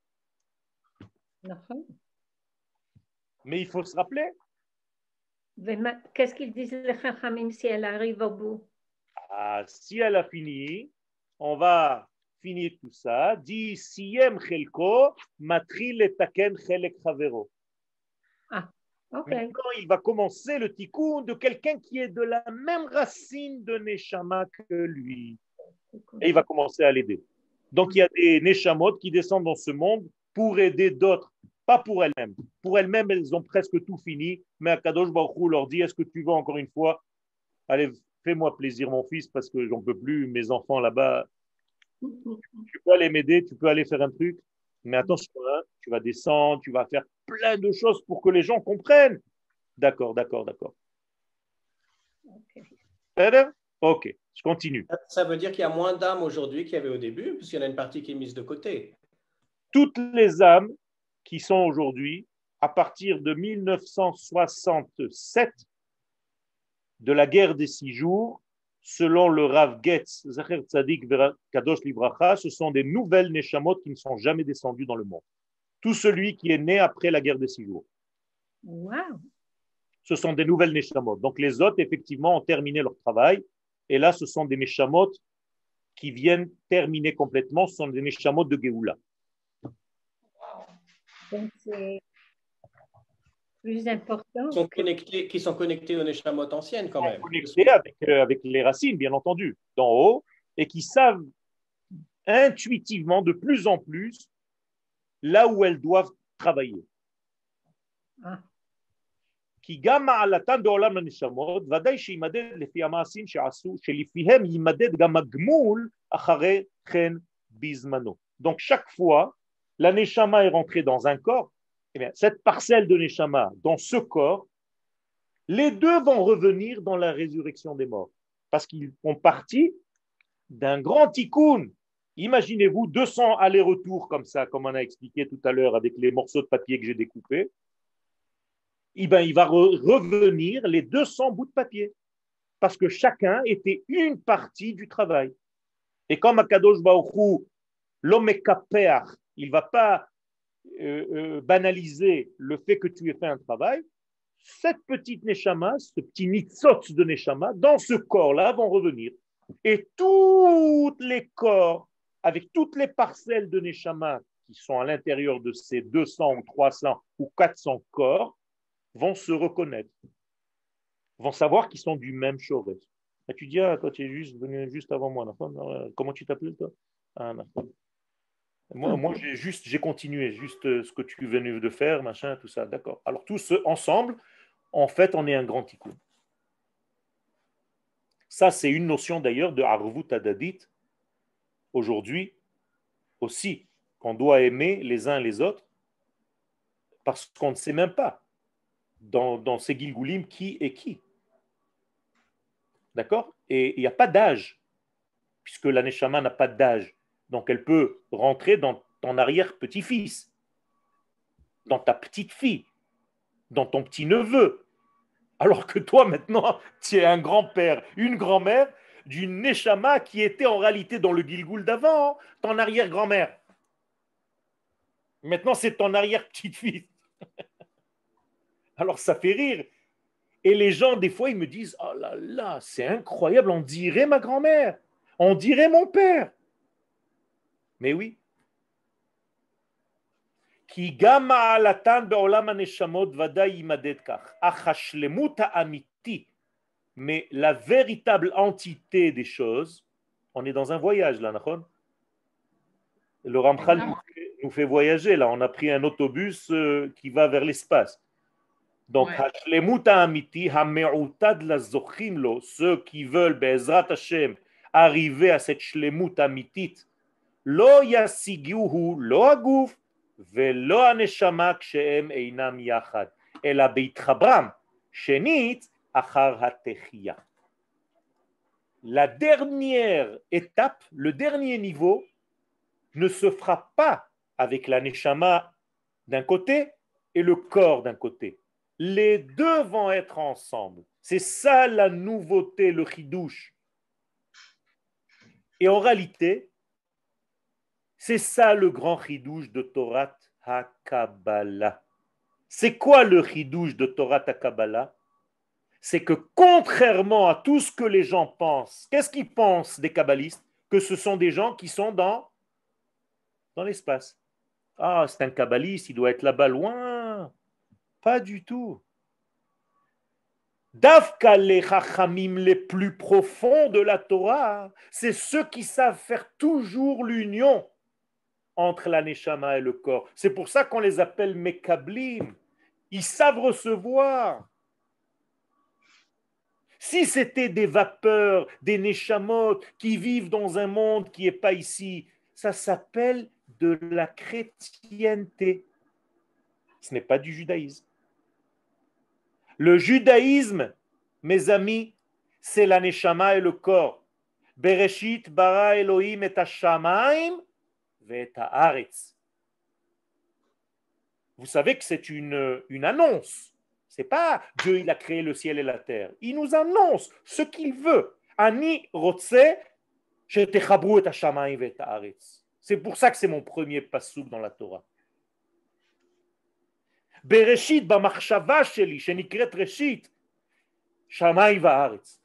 Mais il faut se rappeler. qu'est-ce qu'ils disent les Chachamim si elle arrive au bout? Ah, si elle a fini, on va finir tout ça. Dit siyem chelko, matril etaken chelek chavero. Ah, ok. Maintenant, il va commencer le tikkun de quelqu'un qui est de la même racine de Neshama que lui. Et il va commencer à l'aider. Donc, il y a des Neshamot qui descendent dans ce monde pour aider d'autres, pas pour elles-mêmes. Pour elles-mêmes, elles ont presque tout fini, mais Akadosh Baruch Hu leur dit, est-ce que tu veux encore une fois, allez, fais-moi plaisir, mon fils, parce que j'en peux plus, mes enfants là-bas, tu peux aller m'aider, tu peux aller faire un truc, mais attention, hein, tu vas descendre, tu vas faire plein de choses pour que les gens comprennent. D'accord, d'accord, d'accord. Ok. Ok, je continue. Ça veut dire qu'il y a moins d'âmes aujourd'hui qu'il y avait au début, puisqu'il y en a une partie qui est mise de côté. Toutes les âmes qui sont aujourd'hui, à partir de mille neuf cent soixante-sept, de la guerre des six jours, selon le Rav Getz, Zacher Tzadik Kadosh Libracha, ce sont des nouvelles Neshamot qui ne sont jamais descendues dans le monde. Tout celui qui est né après la guerre des six jours. Wow. Ce sont des nouvelles Neshamot. Donc les autres, effectivement, ont terminé leur travail. Et là, ce sont des Neshamot qui viennent terminer complètement. Ce sont des Neshamot de Géoula. Donc c'est plus important. Qui sont connectés, qui sont connectés aux Neshamot anciennes quand même. Connectés avec, euh, avec les racines, bien entendu, d'en haut, et qui savent intuitivement, de plus en plus, là où elles doivent travailler. Ah. כי גם מעלתן בעולם הנשמות, ודאי שימדד לפי המעשים שעשו, שלפיהם יימדד גם הגמול אחרי כן בזמנו. Donc chaque fois, la neshama est rentrée dans un corps, eh bien, cette parcelle de neshama dans ce corps, les deux vont revenir dans la résurrection des morts, parce qu'ils font partie d'un grand tikkun. Imaginez-vous deux cents allers-retours comme ça, comme on a expliqué tout à l'heure avec les morceaux de papier que j'ai découpés. Eh ben, il va re- revenir les deux cents bouts de papier, parce que chacun était une partie du travail. Et comme Akadosh Baruch Hu, l'homme est kapéach, il ne va pas euh, euh, banaliser le fait que tu aies fait un travail, cette petite neshama, ce petit nitzot de neshama, dans ce corps-là, vont revenir. Et tous les corps, avec toutes les parcelles de neshama qui sont à l'intérieur de ces deux cents ou trois cents ou quatre cents corps, vont se reconnaître, vont savoir qu'ils sont du même Shoreh. Et tu dis, ah, toi, tu es juste venu juste avant moi. Comment tu t'appelles, toi? Ah, moi, moi j'ai juste, j'ai continué, juste ce que tu venais de faire, machin, tout ça. D'accord. Alors, tous ensemble, en fait, on est un grand tikkun. Ça, c'est une notion d'ailleurs de Arvut Hadadit, aujourd'hui aussi, qu'on doit aimer les uns les autres, parce qu'on ne sait même pas dans, dans ces Gilgulim qui est qui. D'accord? Et il n'y a pas d'âge, puisque la Neshama n'a pas d'âge. Donc elle peut rentrer dans ton arrière-petit-fils, dans ta petite-fille, dans ton petit-neveu. Alors que toi, maintenant, tu es un grand-père, une grand-mère d'une Neshama qui était en réalité dans le Gilgul d'avant, ton arrière-grand-mère. Maintenant, c'est ton arrière-petite-fille. Alors ça fait rire. Et les gens, des fois, ils me disent, oh là là, c'est incroyable, on dirait ma grand-mère, on dirait mon père. Mais oui. Ki gam ma'alatan be'olam haneshamot vadaï yimaded kach. Ach hashlemut ha'amiti. Mais la véritable entité des choses, On est dans un voyage là, d'accord? Le Ramchal nous fait, nous fait voyager là. On a pris un autobus euh, qui va vers l'espace. Donc, Hashlemut Hamiti, Hame'uta de la Zochim lo, ceux qui veulent, Be'ezrat Hashem, arriver à cette Shlemut Hamitit, Lo Yasigiuhu, Lo Aguf, Velo Aneshama, Ksheem Einam Yachad, Ela Beitchabram, Shenit, Achar HaTechia. La dernière étape, le dernier niveau, ne se fera pas avec la Neshama d'un côté et le corps d'un côté. Les deux vont être ensemble. C'est ça la nouveauté, le chidouche. Et en réalité, c'est ça le grand chidouche de Torah HaKabbalah. C'est quoi le chidouche de Torah HaKabbalah? C'est que contrairement à tout ce que les gens pensent, qu'est-ce qu'ils pensent des kabbalistes? Que ce sont des gens qui sont dans, dans l'espace. Ah, c'est un kabbaliste, il doit être là-bas loin. Pas du tout. Davka les chachamim les plus profonds de la Torah, c'est ceux qui savent faire toujours l'union entre la neshama et le corps. C'est pour ça qu'on les appelle mekablim. Ils savent recevoir. Si c'était des vapeurs, des neshamot qui vivent dans un monde qui n'est pas ici, ça s'appelle de la chrétienté. Ce n'est pas du judaïsme. Le judaïsme, mes amis, c'est la neshama et le corps. Bereshit bara Elohim et hashamayim ve'et haaretz. Vous savez que c'est une, une annonce. C'est pas Dieu, il a créé le ciel et la terre. Il nous annonce ce qu'il veut. Ani rotse shetechabru et hashamayim ve'et haaretz. C'est pour ça que c'est mon premier passouk dans la Torah. Bereshit b'machshava sheli shenikret reshit shamayim va'aretz.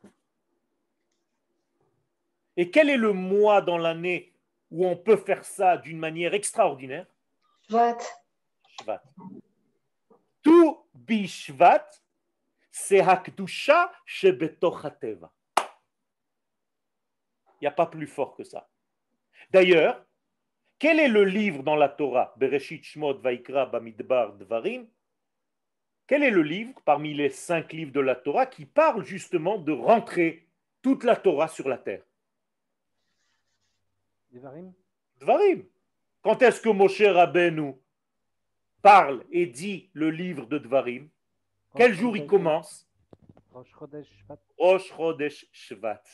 Et quel est le mois dans l'année où on peut faire ça d'une manière extraordinaire? Shvat. Shvat. Tout bishvat, c'est hakdusha shebetoch hateva. Il n'y a pas plus fort que ça. D'ailleurs, quel est le livre dans la Torah? Bereshit, Shmot, Vaikra, Bamidbar, Dvarim. Quel est le livre parmi les cinq livres de la Torah qui parle justement de rentrer toute la Torah sur la terre? Dvarim. Dvarim. Quand est-ce que Moshe Rabbeinu parle et dit le livre de Dvarim? Quel jour il commence? Rosh Chodesh Shvat. Rosh Chodesh Shvat.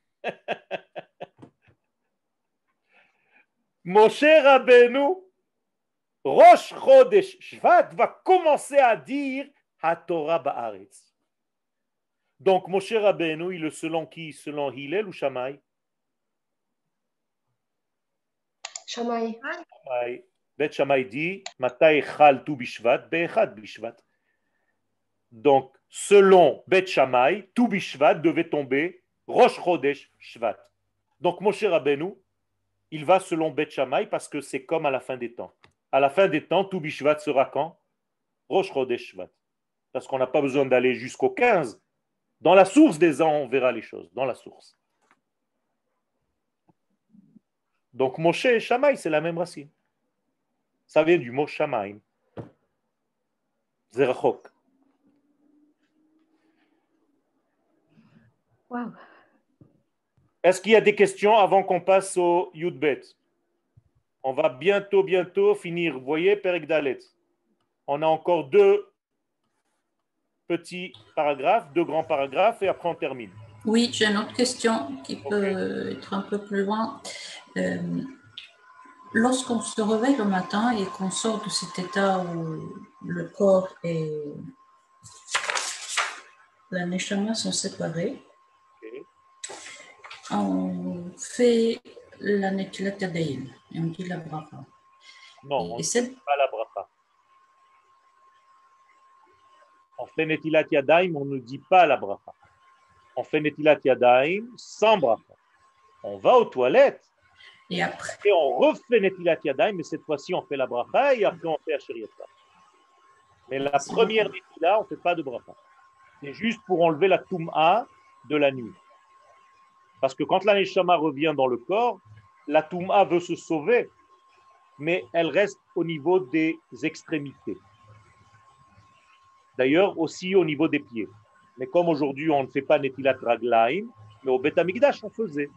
Moshe Rabbeinu, Rosh Chodesh Shvat, va commencer à dire HaTorah Ba'aretz. Donc Moshe Rabbeinu, il est selon qui? Selon Hillel ou Shammai? Shammai. Shammai. Bet Shammai dit Matai Chal Tu Bishvat, Be'echad Bishvat. Donc selon Bet Shammai, Tu Bishvat devait tomber Rosh Chodesh Shvat. Donc Moshe Rabbeinu, il va selon Bet Shammai parce que c'est comme à la fin des temps. À la fin des temps, Tu Bishvat sera quand? Rosh Chodesh Shvat. Parce qu'on n'a pas besoin d'aller jusqu'au quinze. Dans la source des ans, on verra les choses. Dans la source. Donc Moshe et Shammai, c'est la même racine. Ça vient du mot Shammai. Zerachok. Wow. Est-ce qu'il y a des questions avant qu'on passe au Yudbet? On va bientôt, bientôt finir. Vous voyez, Perek Dalet. On a encore deux petits paragraphes, deux grands paragraphes, et après on termine. Oui, j'ai une autre question qui peut Okay. être un peu plus loin. Euh, lorsqu'on se réveille le matin et qu'on sort de cet état où le corps et la neshama sont séparés, Okay. on fait la netilat yadayim et on dit la bracha. Non, Et on ne cette- fait pas la bracha. On fait Netilat Yadayim, on ne dit pas la bracha. On fait Netilat Yadayim sans bracha. On va aux toilettes Et après, et on refait Netilat Yadayim, mais cette fois-ci on fait la bracha et après on fait Asher Yatzar. Mais la C'est première Netilat, on ne fait pas de bracha. C'est juste pour enlever la Toum'a de la nuit. Parce que quand la neshama revient dans le corps, la touma veut se sauver, mais elle reste au niveau des extrémités. D'ailleurs, aussi au niveau des pieds. Mais comme aujourd'hui, on ne fait pas Netilat Raglaim, mais au Beth Amikdash, on faisait.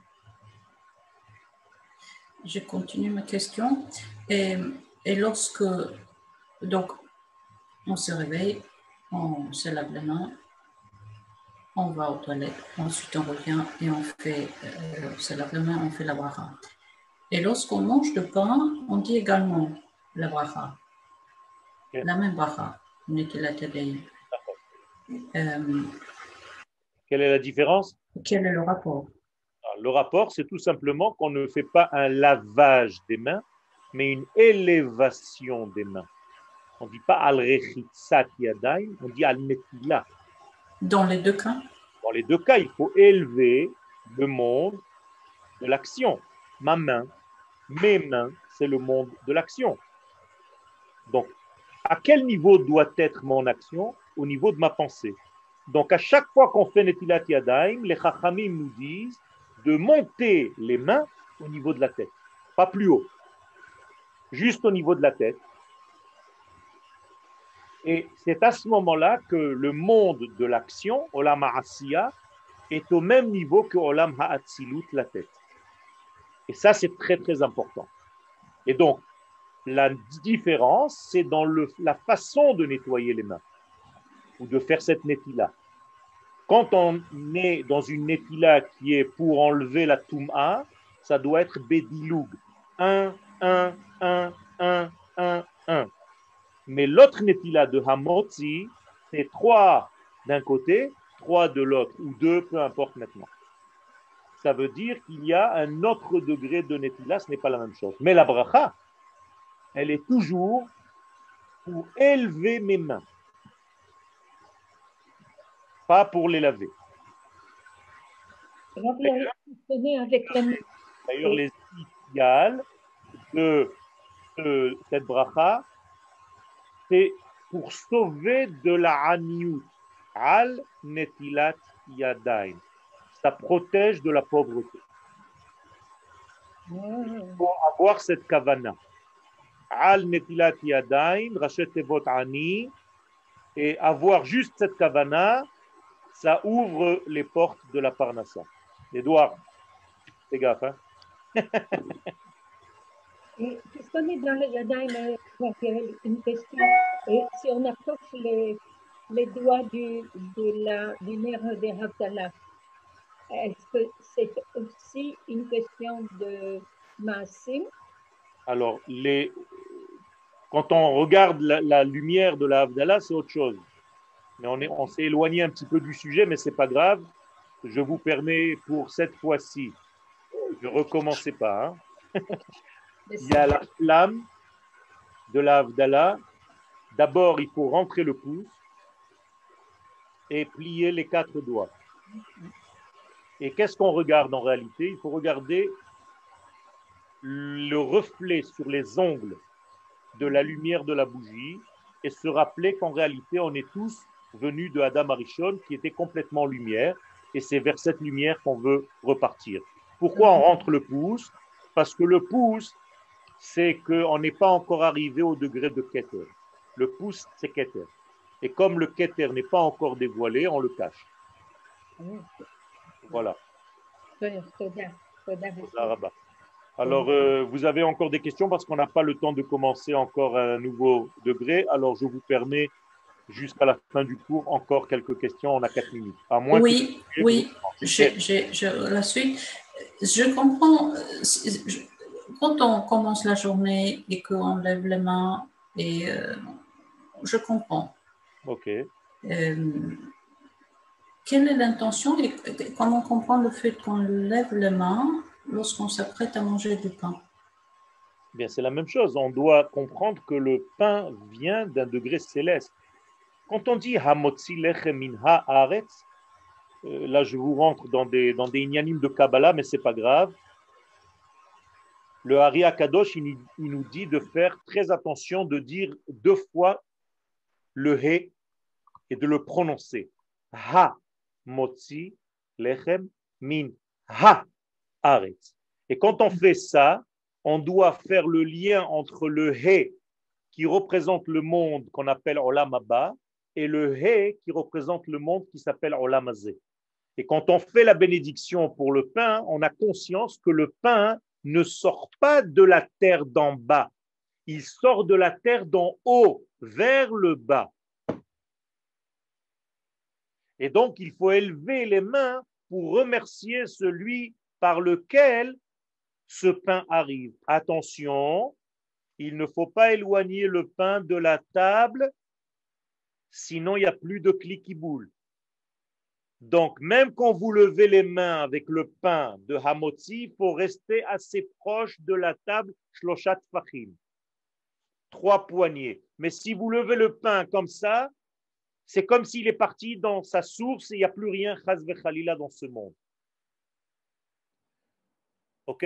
Je continue ma question. Et, et lorsque, donc, on se réveille, on se lave les mains, on va aux toilettes, ensuite on revient et on fait, euh, on se lave les mains, on fait la bracha. Et lorsqu'on mange le pain, on dit également la bracha, Okay. la même bracha, Netilat Yadayim. Euh, Quelle est la différence? quel est le rapport? Alors, le rapport, c'est tout simplement qu'on ne fait pas un lavage des mains, mais une élévation des mains. On ne dit pas al-rechitzat yadayim, on dit al-netila. Dans les deux cas? Dans les deux cas, il faut élever le monde de l'action. Ma main, mes mains, c'est le monde de l'action. Donc, à quel niveau doit être mon action? Au niveau de ma pensée. Donc, à chaque fois qu'on fait Netilat Yadayim, les Chachamim nous disent de monter les mains au niveau de la tête, pas plus haut, juste au niveau de la tête. Et c'est à ce moment-là que le monde de l'action, Olam Ha'asiya, est au même niveau que Olam Ha'atzilut, la tête. Et ça, c'est très, très important. Et donc, la différence, c'est dans le, la façon de nettoyer les mains ou de faire cette netila. Quand on est dans une netila qui est pour enlever la toum'a, ça doit être bédiloug. Un, un, un, un, un, un. Mais l'autre netila de hamotzi, c'est trois d'un côté, trois de l'autre, ou deux, peu importe maintenant. Ça veut dire qu'il y a un autre degré de netila, ce n'est pas la même chose. Mais la bracha, elle est toujours pour élever mes mains, pas pour les laver. D'ailleurs, d'ailleurs les initiales de, de cette bracha, c'est pour sauver de la aniyut, al netilat yadayim. Ça protège de la pauvreté. Il faut avoir cette kavana. Al netilat yadayim, rachet tevot ani, et avoir juste cette kavana, ça ouvre les portes de la parnassa. Edouard, fais gaffe, hein? Et puisqu'on est dans le yadayim, une question. Et si on approche les, les doigts du, de la, du nerf des Havdalah, est-ce que c'est aussi une question de maasim? Alors, les... quand on regarde la, la lumière de la Havdalah, c'est autre chose. Mais on, est, on s'est éloigné un petit peu du sujet, mais ce n'est pas grave. Je vous permets pour cette fois-ci, ne recommencez pas. Hein. Il y a la flamme de la Havdalah. D'abord, il faut rentrer le pouce et plier les quatre doigts. Et qu'est-ce qu'on regarde en réalité? Il faut regarder le reflet sur les ongles de la lumière de la bougie et se rappeler qu'en réalité, on est tous venus de Adam Arishon qui était complètement lumière et c'est vers cette lumière qu'on veut repartir. Pourquoi on rentre le pouce? Parce que le pouce, c'est qu'on n'est pas encore arrivé au degré de Keter. Le pouce, c'est Keter. Et comme le Keter n'est pas encore dévoilé, on le cache. Voilà. Alors, euh, vous avez encore des questions parce qu'on n'a pas le temps de commencer encore un nouveau degré. Alors, je vous permets, jusqu'à la fin du cours, encore quelques questions. On a quatre minutes. À moins oui, que... oui. Je, je, je, la suite, je comprends. Je, quand on commence la journée et qu'on lève les mains, et euh, je comprends. Ok. Euh, quelle est l'intention et comment comprendre le fait qu'on lève les mains lorsqu'on s'apprête à manger du pain? Bien, c'est la même chose. On doit comprendre que le pain vient d'un degré céleste. Quand on dit Hamotzi lechem min haaretz, euh, là je vous rentre dans des, dans des inyanim de Kabbalah, mais ce n'est pas grave. Le Hari HaKadosh, il, il nous dit de faire très attention de dire deux fois le He et de le prononcer. Ha motzi lechem min ha-aretz. Et quand on fait ça, on doit faire le lien entre le he qui représente le monde qu'on appelle Olam Haba et le he qui représente le monde qui s'appelle Olam Hazeh. Et quand on fait la bénédiction pour le pain, on a conscience que le pain ne sort pas de la terre d'en bas, il sort de la terre d'en haut vers le bas. Et donc, il faut élever les mains pour remercier celui par lequel ce pain arrive. Attention, il ne faut pas éloigner le pain de la table, sinon il n'y a plus de cliquiboule. Donc, même quand vous levez les mains avec le pain de Hamotzi, il faut rester assez proche de la table, shloshat fachim, trois poignées. Mais si vous levez le pain comme ça, c'est comme s'il est parti dans sa source et il n'y a plus rien, chas vechalila, dans ce monde. Ok?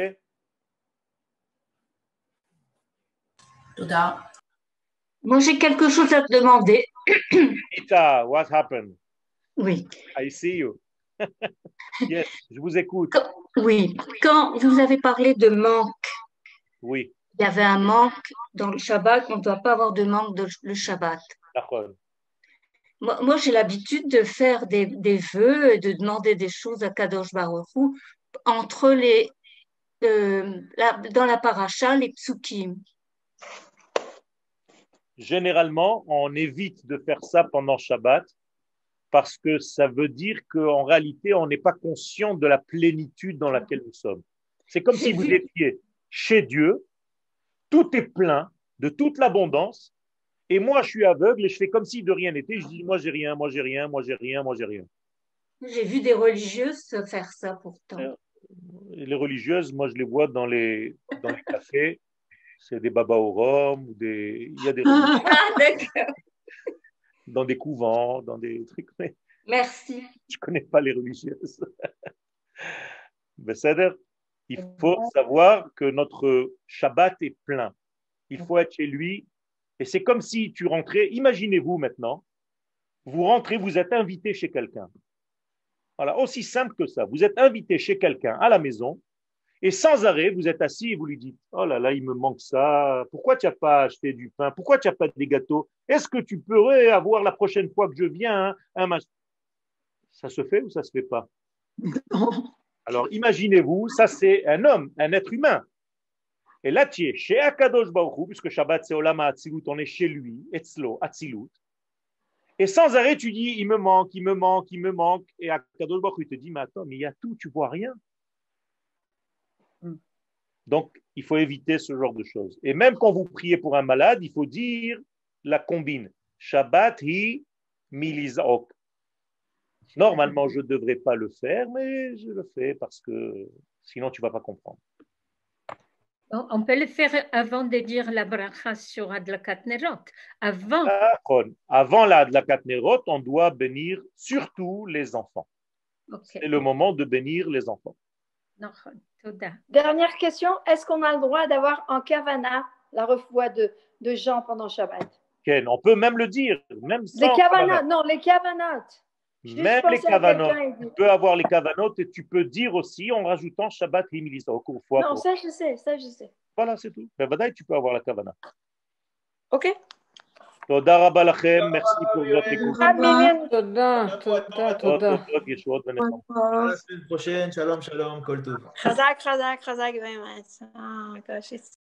Toda. Moi, j'ai quelque chose à te demander. Ita, what happened? Oui. I see you. Yes, je vous écoute. Quand- oui. Quand vous avez parlé de manque, Oui, il y avait un manque dans le Shabbat, on ne doit pas avoir de manque dans le Shabbat. d'accord. Moi, moi, j'ai l'habitude de faire des, des vœux et de demander des choses à Kadosh Baruch Hu entre les, euh, la- dans la paracha, les psukim. Généralement, on évite de faire ça pendant Shabbat parce que ça veut dire qu'en réalité, on n'est pas conscient de la plénitude dans laquelle nous sommes. C'est comme J'ai si vous vu. étiez chez Dieu, tout est plein de toute l'abondance, et moi je suis aveugle et je fais comme si de rien n'était. Je dis, moi j'ai rien, moi j'ai rien, moi j'ai rien, moi j'ai rien. J'ai vu des religieuses faire ça pourtant. Et les religieuses, moi je les vois dans les, dans les cafés, c'est des babas au rhum, ou des, il y a des religieuses Ah, d'accord. dans des couvents, dans des trucs, mais Merci. je ne connais pas les religieuses. Mais c'est-à-dire, il faut savoir que notre Shabbat est plein. Il faut être chez lui. Et c'est comme si tu rentrais, imaginez-vous maintenant, vous rentrez, vous êtes invité chez quelqu'un. Voilà, aussi simple que ça. Vous êtes invité chez quelqu'un à la maison et sans arrêt, vous êtes assis et vous lui dites, oh là là, il me manque ça. Pourquoi tu n'as pas acheté du pain? Pourquoi tu n'as pas des gâteaux? Est-ce que tu pourrais avoir la prochaine fois que je viens hein, un match? Ça se fait ou ça se fait pas? Alors imaginez-vous, ça c'est un homme, un être humain. Et là tu es chez Akadosh Baruch Hu, puisque Shabbat c'est Olam HaAtzilut, on est chez lui, Etzlo, Atzilut. Et sans arrêt tu dis, il me manque, il me manque, il me manque. Et Akadosh Baruch Hu te dit, mais attends, mais il y a tout, tu vois rien. Donc il faut éviter ce genre de choses. Et même quand vous priez pour un malade, il faut dire la combine. Shabbat hi milizok. Normalement, je ne devrais pas le faire, mais je le fais parce que sinon, tu ne vas pas comprendre. On peut le faire avant de dire la bracha sur Adlakat Nerot. Avant. Avant la Adlakat Nerot, on doit bénir surtout les enfants. Okay. C'est le moment de bénir les enfants. Dernière question, est-ce qu'on a le droit d'avoir en kavana la refoua de, de Jean pendant Shabbat? Ken, on peut même le dire. Même sans les kavanot, non, les kavanot. Même les kavanot, tu peux avoir les kavanot et tu peux dire aussi en rajoutant Shabbat Himilis au cours fois. Non, pour... ça je sais, ça je sais. Voilà, c'est tout. Ben, Vadaï, tu peux avoir la kavana. Ok. Toda rabba lachem, merci pour votre écoute. Toda, toda, toda. À la semaine prochaine, shalom, shalom, kol tov. Chazak, chazak, chazak, vraiment.